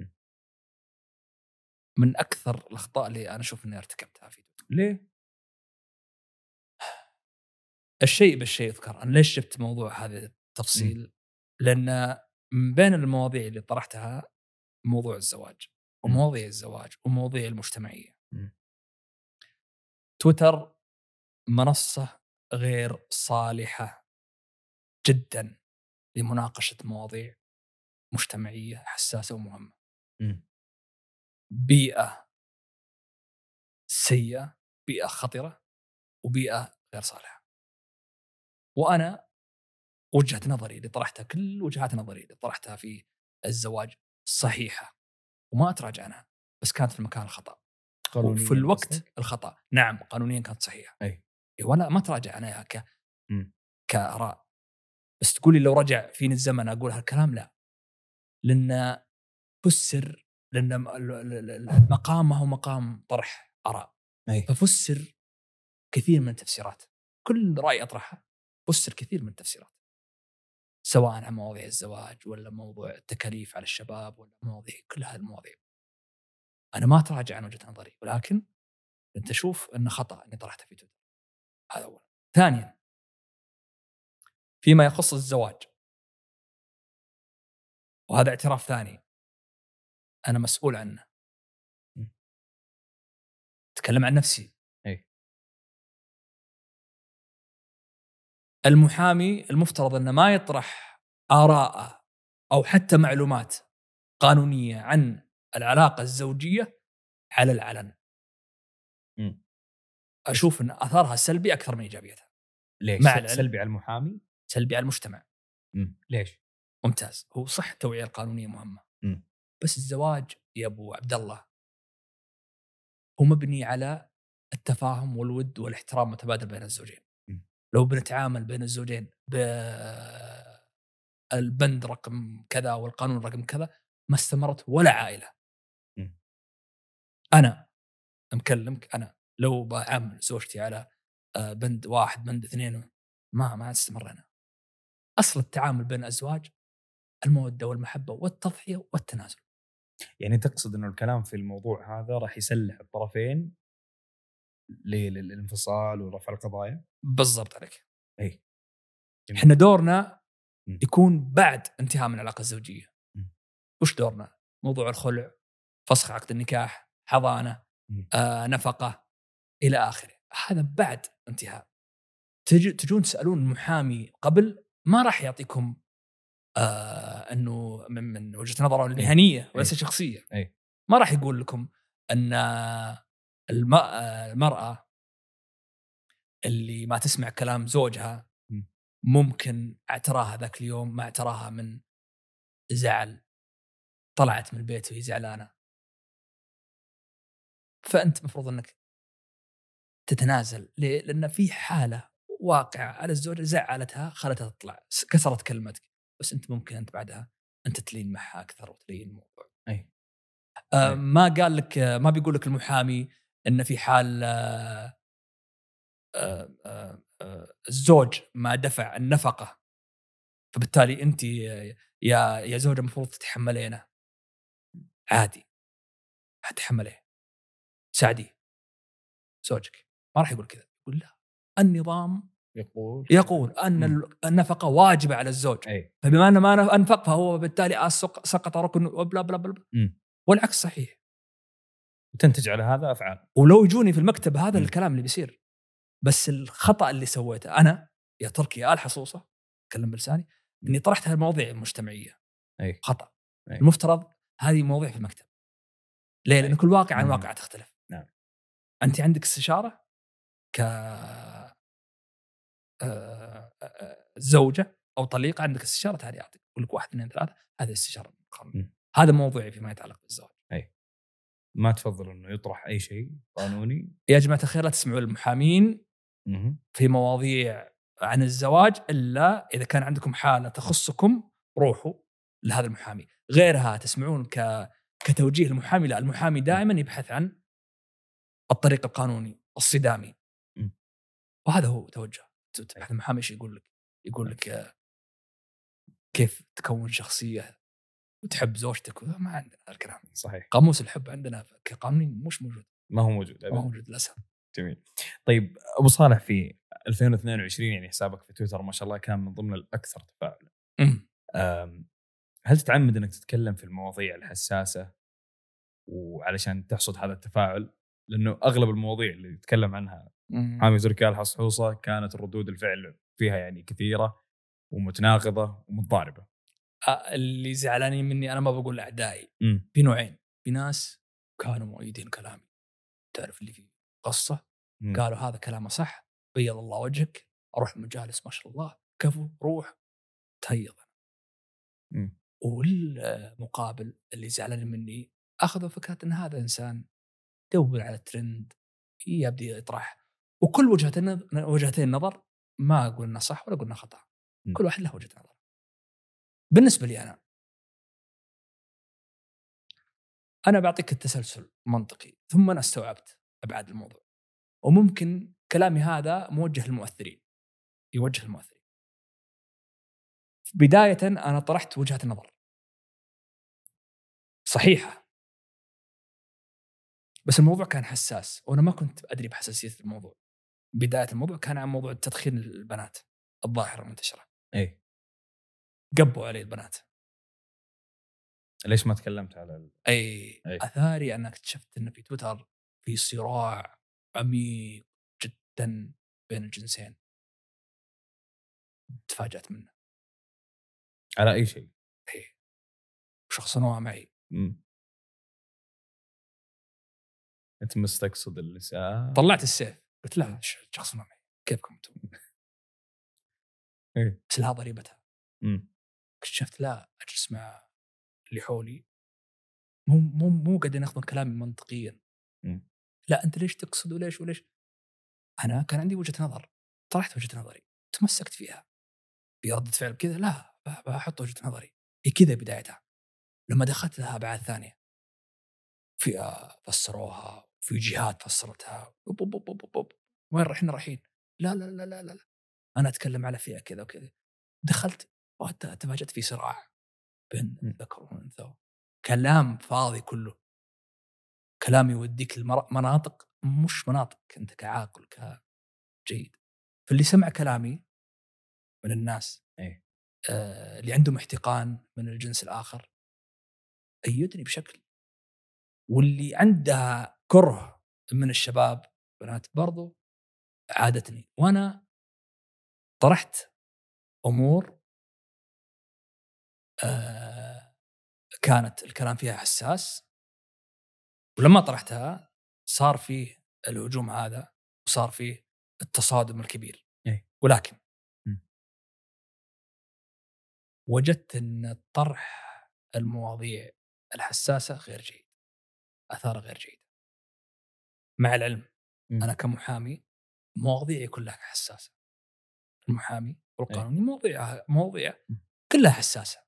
من أكثر الأخطاء اللي أنا أشوف أني ارتكبتها في تويتر. ليه؟ الشيء بالشيء يذكر. أنا ليش جبت موضوع هذا التفصيل؟ م. لأن من بين المواضيع اللي طرحتها موضوع الزواج ومواضيع م. الزواج ومواضيع المجتمعية. م. تويتر منصة غير صالحة جدا لمناقشة مواضيع مجتمعية حساسة ومهمة. م. بيئة سيئة، بيئة خطرة، وبيئة غير صالحة. وأنا وجهة نظري اللي طرحتها، كل وجهات نظري اللي طرحتها في الزواج صحيحة وما أتراجع عنها، بس كانت في المكان الخطأ وفي الوقت قصدك؟ الخطأ. نعم قانونيا كانت صحيحة. أي. ولا ما تراجع أنا ك كآراء، بس تقولي لو رجع فيني الزمن أقول هالكلام لا، لأن فسر، لأن المقام ما هو مقام طرح آراء، ففسر كثير من التفسيرات. كل رأي أطرحه فسر كثير من التفسيرات، سواء عن مواضيع الزواج ولا موضوع التكاليف على الشباب ولا مواضيع، كل هذه المواضيع أنا ما أتراجع عن وجهة نظري، ولكن أنت شوف أنه خطأ أني طرحته في تويتر. هذا أولا. ثانيا، فيما يخص الزواج، وهذا اعتراف ثاني أنا مسؤول عنه، أتكلم عن نفسي. أي. المحامي المفترض أنه ما يطرح آراءه أو حتى معلومات قانونية عن العلاقة الزوجية على العلن. م. أشوف أن أثارها سلبي أكثر من إيجابيتها. ليش؟ مع سلبي على المحامي؟ سلبي على المجتمع. م. ليش؟ ممتاز. هو صح التوعية القانونية مهمة، م. بس الزواج يا أبو عبد الله هو مبني على التفاهم والود والاحترام متبادل بين الزوجين. م. لو بنتعامل بين الزوجين بالبند رقم كذا والقانون رقم كذا ما استمرت ولا عائلة. م. أنا أمكلمك، أنا لو بعامل زوجتي على بند واحد بند اثنين ما ما استمرنا. أصل التعامل بين الأزواج المودة والمحبة والتضحية والتنازل. يعني تقصد أنه الكلام في الموضوع هذا راح يسلح الطرفين للانفصال ورفع القضايا؟ بالضبط عليك. أي. إحنا دورنا يكون بعد انتهاء من العلاقة الزوجية. م. وش دورنا؟ موضوع الخلع، فسخ عقد النكاح، حضانة، آه، نفقة إلى آخره. هذا بعد انتهاء. تجي تجون تسألون المحامي قبل، ما راح يعطيكم آه أنه من, من وجهة نظره المهنية وليس شخصية. أي. ما راح يقول لكم أن المرأة اللي ما تسمع كلام زوجها ممكن اعتراها ذاك اليوم ما اعتراها من زعل، طلعت من البيت وهي زعلانة، فأنت مفروض أنك تتنازل. ليه؟ لأن في حالة واقعة على الزوجة زعلتها خلتها تطلع، كسرت كلمتك، بس أنت ممكن أنت بعدها أنت تلين معها أكثر وتلين الموضوع. أي. آه أي. ما قال لك، ما بيقول لك المحامي أن في حال آه آه آه آه الزوج ما دفع النفقة فبالتالي أنت يا يا زوجة المفروض تتحملينه. عادي، هتحمله، ساعديه زوجك. ما راح يقول كذا، يقول لا، النظام يقول يقول أن م. النفقة واجبة على الزوج. أي. فبما أنه ما أنفق فهو بالتالي سقط ركن وبلا بلا بلا. م. والعكس صحيح. تنتج على هذا أفعال. ولو يجوني في المكتب هذا م. الكلام اللي بيصير. بس الخطأ اللي سويته أنا يا تركي يا الحصوصة، أتكلم بلساني، إني طرحت هالمواضيع المجتمعية. أي. خطأ. أي. المفترض هذه مواضيع في المكتب. ليه؟ لأن كل واقع عن واقع تختلف. نعم. أنت عندك استشارة ك زوجة أو طليقة، عندك استشارة تعليقات، يقول لك واحد اثنين ثلاثة، هذه استشارة قانونية. هذا موضوعي فيما يتعلق بالزواج. أي. ما تفضل إنه يطرح أي شيء قانوني؟ يا جماعة الخير لا تسمعوا للمحامين في مواضيع عن الزواج إلا إذا كان عندكم حالة تخصكم، روحوا لهذا المحامي. غيرها تسمعون ك كتوجيه المحامي، لا، المحامي دائما يبحث عن الطريق القانوني الصدامي. م. وهذا هو توجه. تبحث المحامي ايش يقول لك؟ يقول لك كيف تكون شخصية وتحب زوجتك، ما عندنا الكلام. صحيح. قاموس الحب عندنا كقانوني مش موجود. ما هو موجود. ما هو موجود للأسف. جميل. طيب أبو صالح، في ألفين واثنين وعشرين يعني حسابك في تويتر ما شاء الله كان من ضمن الأكثر تفاعلا. هل تتعمد أنك تتكلم في المواضيع الحساسة وعلشان تحصد هذا التفاعل؟ لأنه أغلب المواضيع اللي يتكلم عنها حامي زركال حصحوصة كانت الردود الفعل فيها يعني كثيرة ومتناقضة ومتضاربة. اللي زعلانين مني أنا ما بقول أعدائي. م. في نوعين، في ناس كانوا مؤيدين كلامي، تعرف اللي فيه قصة، م. قالوا هذا كلامه صح، بيض الله وجهك، أروح مجالس ما شاء الله كفو، روح تهيض. والمقابل اللي زعلانين مني أخذوا فكرة أن هذا إنسان يدور على الترند، يبدأ يطرح وكل وجهتين وجهتين نظر ما أقول إنها صح ولا أقول إنها خطأ، كل واحد له وجهة نظر. بالنسبة لي أنا أنا بعطيك التسلسل منطقي ثم أنا استوعبت أبعاد الموضوع، وممكن كلامي هذا موجه للمؤثرين يوجه المؤثرين. بداية أنا طرحت وجهة نظر صحيحة، بس الموضوع كان حساس وأنا ما كنت أدري بحساسية الموضوع. بداية الموضوع كان عن موضوع تدخين البنات الظاهرة المنتشرة. أي قبوا علي البنات. ليش ما تكلمت على ال... أي. أي أثاري أنا اكتشفت أن في تويتر في صراع عميق جدا بين الجنسين، تفاجأت منه. على أي شيء؟ أي. شخصنوها معي. مم. أنت مستقصد النساء؟ طلعت السيف قلت لا شخصنوها معي كيفكم أنتم؟ إيه. بس لها ضريبتها. مم. اكتشفت لا أجلس مع اللي حولي مو مو مو قاعدين ياخذون كلامي منطقيا. مم. لا أنت ليش تقصد وليش وليش؟ أنا كان عندي وجهة نظر، طرحت وجهة نظري، تمسكت فيها بردة فعل كذا. لا بحط وجهة نظري هي كذا بدايتها. لما دخلت لها أبعاد ثانية فئة فسروها في جهات فسرتها بوب بوب بوب بوب. وين رايحين رايحين؟ لا لا لا لا لا أنا أتكلم على فئة كذا وكذا. دخلت وتفاجأت في صراع بين ذكر وأنثى، كلام فاضي كله، كلام يوديك المناطق مش مناطق أنت كعاقل كجيد. فاللي سمع كلامي من الناس أيه. آه اللي عندهم احتقان من الجنس الآخر أيدني بشكل، واللي عندها كره من الشباب بنات برضو عادتني. وأنا طرحت أمور آه كانت الكلام فيها حساس، ولما طرحتها صار فيه الهجوم هذا وصار فيه التصادم الكبير. أيه. ولكن م. وجدت أن طرح المواضيع الحساسة غير جيد، أثار غير جيد. مع العلم م. أنا كمحامي مواضيعي كلها حساسة. المحامي والقانوني مواضيع مواضيع كلها حساسة.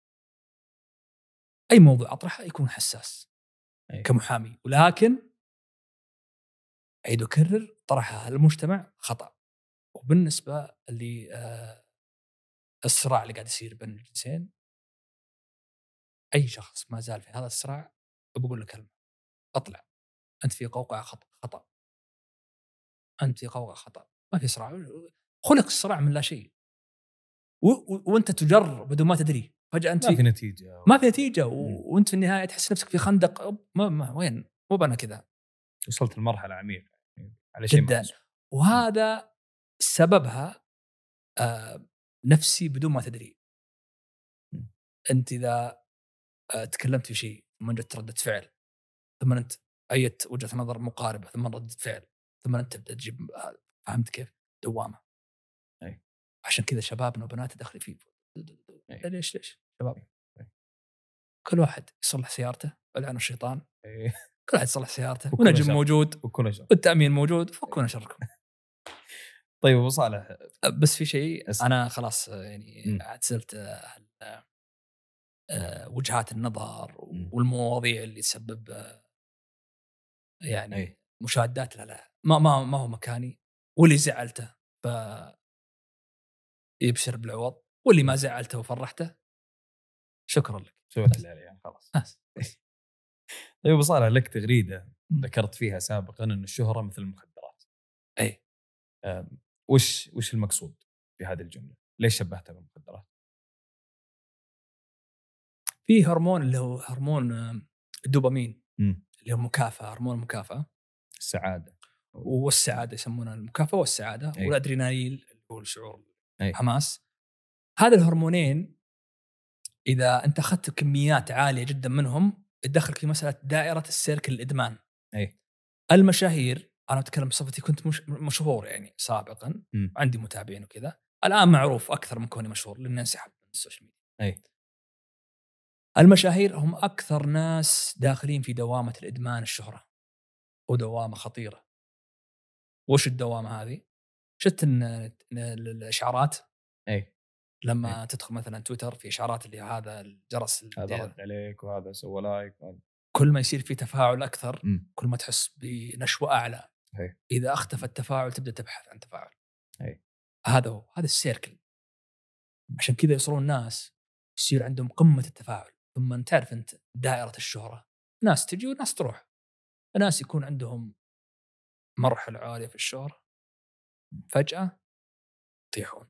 أي موضوع أطرحه يكون حساس أيه. كمحامي، ولكن أعيد وأكرر طرحها المجتمع خطأ. وبالنسبة للصراع اللي قاعد يصير بين الجنسين، أي شخص ما زال في هذا الصراع بقول له كلمة: أطلع، أنت في قوقعة خطأ، أنت في قوقعة خطأ. ما في صراع، خلق الصراع من لا شيء وأنت تجر بدون ما تدري. فجأة أنت ما في نتيجة ما في نتيجة و... وأنت في النهاية تحس نفسك في خندق. ما, ما وين مو بنا كذا. وصلت لمرحلة عميقة على شيء جدا. وهذا سببها آه نفسي بدون ما تدري. أنت إذا آه تكلمت في شيء ثم جت ردة فعل، ثم أنت أيت وجهة نظر مقاربة، ثم ردة فعل، ثم أنت تبدأ تجيب آه فهمت كيف دوامة. أي. عشان كذا شبابنا وبنات داخلين فيه. أي. ليش ليش شباب؟ أي. كل واحد يصلح سيارته، العنه الشيطان. أي. كل واحد يصلح سيارته، ونجم موجود والتأمين موجود، فكونا شركم. طيب أبو صالح، بس في شيء أنا خلاص يعني اعتزلت وجهات النظر والمواضيع اللي تسبب يعني أي. مشادات. لا لا ما ما ما هو مكاني. واللي زعلته ف يبشر بالعوض، واللي ما زعلته وفرحته شكرا لك. سويت اللي علي يعني خلاص. طيب أبو صالح، لك تغريدة ذكرت فيها سابقا أن الشهرة مثل المخدرات. أي. أه وش وش المقصود في هذه الجملة؟ ليش شبهتها بالمخدرات؟ في هرمون اللي هو هرمون الدوبامين م. اللي هو مكافأة، هرمون المكافأة، السعادة والسعادة يسمونها المكافأة والسعادة. أي. والأدرينالين اللي هو الشعور الحماس. هذا الهرمونين إذا أنت أخذت كميات عالية جدا منهم تدخلك في مسألة دائرة السيرك الإدمان. أي. المشاهير، أنا أتكلم بصفتي كنت مش مشهور يعني سابقا، م. عندي متابعين وكذا. الآن معروف أكثر من كوني مشهور لأني انسحب من السوشيال ميديا. أي. المشاهير هم أكثر ناس داخلين في دوامة الإدمان الشهرة، ودوامة خطيرة. وش الدوامه هذه؟ شفت ان الاشعارات اي لما أي. تدخل مثلا تويتر في اشعارات اللي هذا الجرس هذا رد عليك وهذا سوى لايك وهذا. كل ما يصير في تفاعل اكثر م. كل ما تحس بنشوه اعلى. أي. اذا اختفى التفاعل تبدا تبحث عن تفاعل. أي. هذا هو هذا السيركل. عشان كذا يصيرون الناس يصير عندهم قمه التفاعل. ثم انت تعرف انت دائره الشهره ناس تجي وناس تروح. ناس يكون عندهم مرحله عاليه في الشهره فجاه يطيحون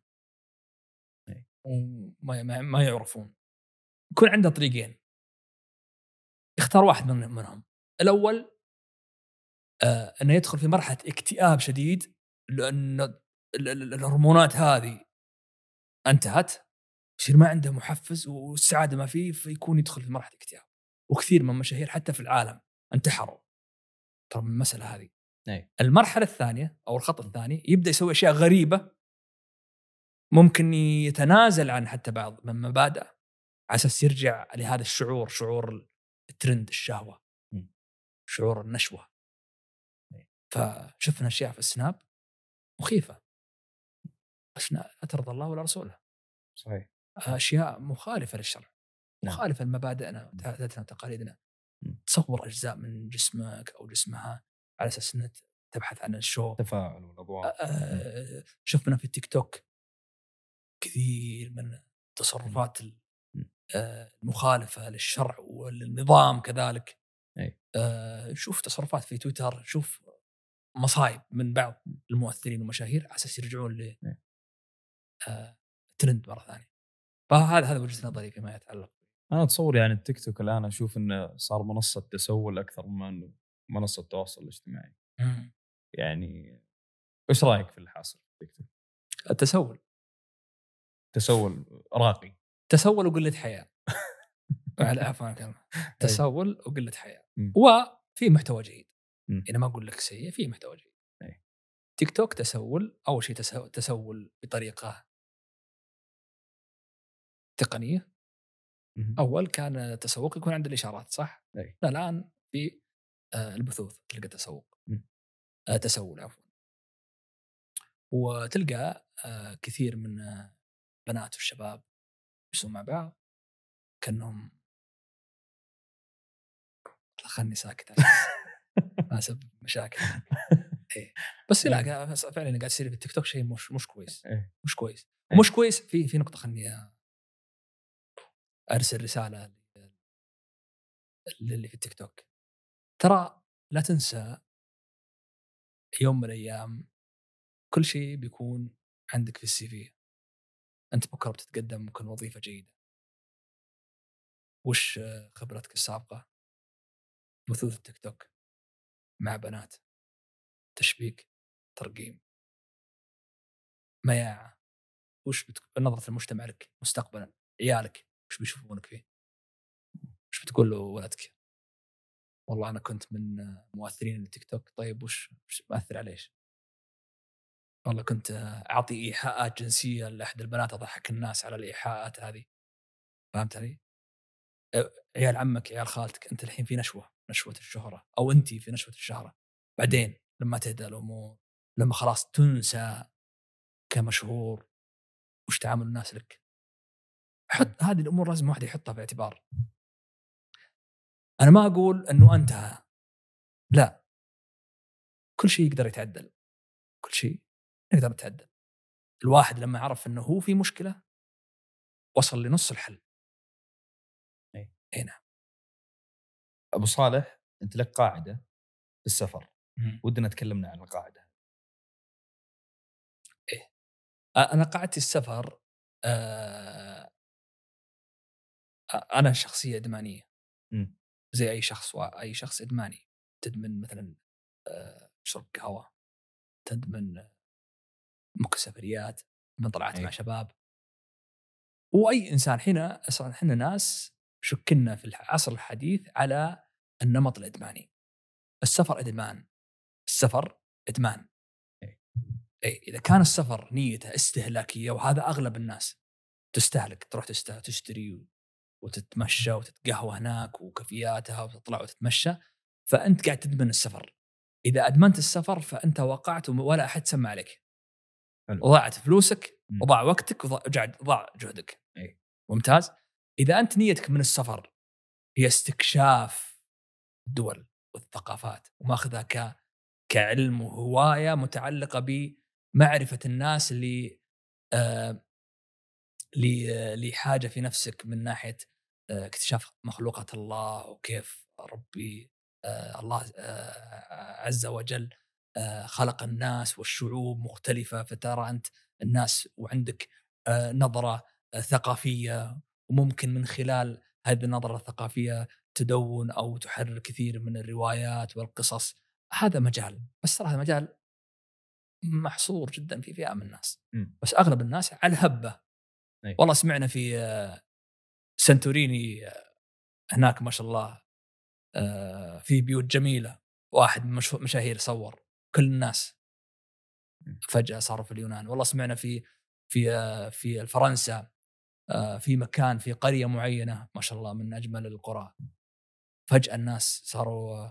وما ما يعرفون. يكون عنده طريقين يختار واحد من منهم. الأول آه أنه يدخل في مرحلة اكتئاب شديد لأن الهرمونات هذه انتهت يصير ما عنده محفز والسعادة ما فيه فيكون يدخل في مرحلة اكتئاب. وكثير من المشاهير حتى في العالم انتحروا ترى من المسألة هذه. أي. المرحلة الثانية أو الخط الثاني يبدأ يسوي أشياء غريبة ممكن يتنازل عن حتى بعض من مبادئه على أساس يرجع لهذا الشعور شعور الترند الشهوة م. شعور النشوة. فشفنا أشياء في السناب مخيفة بس لا ترضى الله ولا رسوله. صحيح. أشياء مخالفة للشرع مخالفة لمبادئنا وعاداتنا وتقاليدنا. تصور أجزاء من جسمك أو جسمها على أساس أنك تبحث عن الشو تفاعل والأضواء. شفنا في التيك توك كثير من تصرفات المخالفة للشرع والنظام كذلك. أي. شوف تصرفات في تويتر شوف مصايب من بعض المؤثرين والمشاهير على أساس يرجعون ل ترند مرة ثانية. فهذا هذا وجهة نظري فيما يتعلق. أنا أتصور يعني التيك توك الآن أشوف إنه صار منصة تسول أكثر من منصة تواصل اجتماعي. م. يعني إيش رأيك في اللي حاصل في التيك توك؟ التسول تسول راقي. تسول وقلة حياة. على عفوا كلمة تسول وقلة حياة. وفي محتوى جيد. أنا ما أقول لك سيء في محتوى جيد. أي. تيك توك تسول أول شيء تسول, تسول بطريقة تقنية. م. أول كان تسوق يكون عند الإشارات صح؟ أي. الآن في آه البثوث تلقى تسوق آه تسول عفوا. وتلقى آه كثير من آه بنات والشباب يجلسون مع بعض كأنهم خلني ساكت ما سبب مشاكل. إيه. بس لا فعلا قاعد يصير في التيك توك شيء مش مش كويس. مش كويس مش كويس. في في نقطة خلني أرسل رسالة للي في التيك توك. ترى لا تنسى يوم من الأيام كل شيء بيكون عندك في السي في. أنت بكرة بتتقدم ممكن وظيفة جيدة. وش خبرتك السابقة؟ بثوث التيك توك مع بنات تشبيك ترقيم مياعة. وش بتك... نظرة المجتمع لك مستقبلا عيالك وش بيشوفونك فيه؟ وش بتقول له ولدك؟ والله أنا كنت من مؤثرين التيك توك. طيب وش مؤثر عليش؟ والله كنت أعطي إيحاءات جنسية لأحد البنات أضحك الناس على الإيحاءات هذه. فهمت علي؟ عيال عمك عيال خالتك أنت الحين في نشوة نشوة الشهرة أو أنتي في نشوة الشهرة. بعدين لما تهدى الأمور لما خلاص تنسى كمشهور وش تعامل الناس لك. حط هذه الأمور لازم واحد يحطها في اعتبار. أنا ما أقول أنه انتهى لا كل شيء يقدر يتعدل. كل شيء نقدر نتعدل. الواحد لما عرف أنه هو في مشكلة وصل لنص الحل. أي. هنا أبو صالح أنت لك قاعدة في السفر م. ودنا تكلمنا عن القاعدة. إيه أنا قاعدتي السفر آه أنا شخصية إدمانية م. زي أي شخص وأي شخص إدماني. تدمن مثلا آه شرب قهوة تدمن ممكن سفريات من طلعات مع شباب. وأي إنسان هنا أصلا إحنا ناس شكلنا في العصر الحديث على النمط الإدماني. السفر إدمان. السفر إدمان. أي إذا كان السفر نيته استهلاكية وهذا أغلب الناس تستهلك تروح تشتري وتتمشى وتتقهوى هناك وكافياتها وتطلع وتتمشى فأنت قاعد تدمن السفر. اذا ادمنت السفر فانت وقعت ولا احد سمع عليك. حلو. وضاعت فلوسك م. وضاع وقتك وضاع ضاع جهدك. أي. ممتاز. اذا انت نيتك من السفر هي استكشاف الدول والثقافات وماخذها ك كعلم وهوايه متعلقه بمعرفه الناس اللي آه لحاجه في نفسك من ناحيه آه اكتشاف مخلوقات الله وكيف ربي آه الله آه عز وجل آه خلق الناس والشعوب مختلفه، فترى انت الناس وعندك آه نظره آه ثقافيه، وممكن من خلال هذه النظره الثقافيه تدون او تحرر كثير من الروايات والقصص. هذا مجال، بس ترى هذا مجال محصور جدا في فئه من الناس. م. بس اغلب الناس على الهبه. أي. والله سمعنا في سنتوريني هناك ما شاء الله في بيوت جميله، واحد من مشاهير صور كل الناس فجاه صاروا في اليونان. والله سمعنا في في في فرنسا في مكان في قريه معينه ما شاء الله من اجمل القرى، فجاه الناس صاروا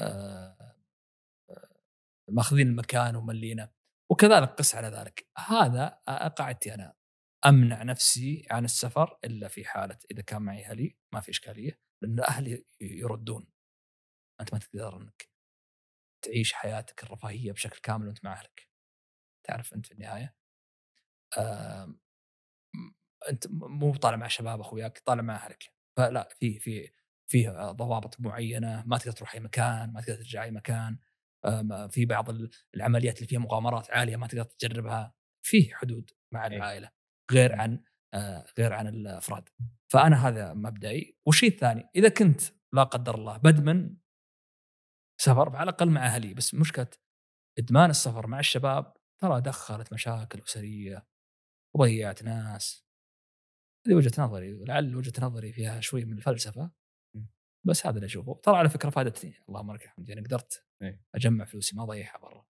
ماخذين المكان وملينا. وكذلك قس على ذلك. هذا قعدتي انا امنع نفسي عن السفر الا في حاله اذا كان معي اهلي ما في اشكاليه، لان اهلي يردون. انت ما تقدر انك تعيش حياتك الرفاهيه بشكل كامل وانت مع اهلك. تعرف انت في النهايه آه انت مو طالع مع شباب اخوياك، طالع مع اهلك. فلا في في في ضوابط معينه، ما تقدر تروح اي مكان، ما تقدر ترجع اي مكان. في بعض العمليات اللي فيها مغامرات عاليه ما تقدر تجربها. فيه حدود مع العائله غير عن آه غير عن الافراد. فانا هذا مبدئي. والشيء الثاني، اذا كنت لا قدر الله بدمن سفر على الاقل مع اهلي. بس مشكله ادمان السفر مع الشباب ترى دخلت مشاكل اسريه وضيعت ناس. هذه وجهه نظري، ولعل وجهه نظري فيها شوي من الفلسفه، بس هذا اللي اشوفه. ترى على فكره فادتني اللهم لك الحمد، يعني قدرت اجمع فلوسي ما اضيعها برا.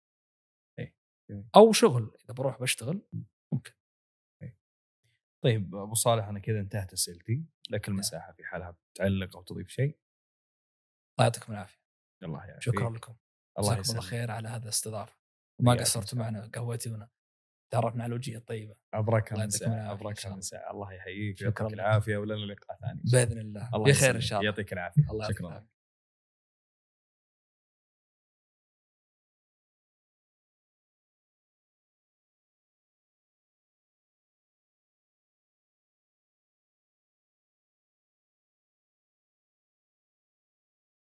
او شغل اذا بروح بشتغل ممكن. طيب ابو صالح، انا كذا انتهت اسئلتي لك. المساحه في حالها تعلق او تضيف شيء. الله يعطيكم العافيه. الله يعافيك. شكرا لكم. الله يسعدكم الله خير على هذا الاستضافه، وما قصرتوا معنا، قهوتونا، تعرفنا على الوجيه الطيبه. ابرك المساء. ابرك المساء. الله يحييك ويعطيك العافيه، ولنا لقاء ثاني باذن الله. بخير ان شاء الله. يعطيك العافيه. الله شكرا.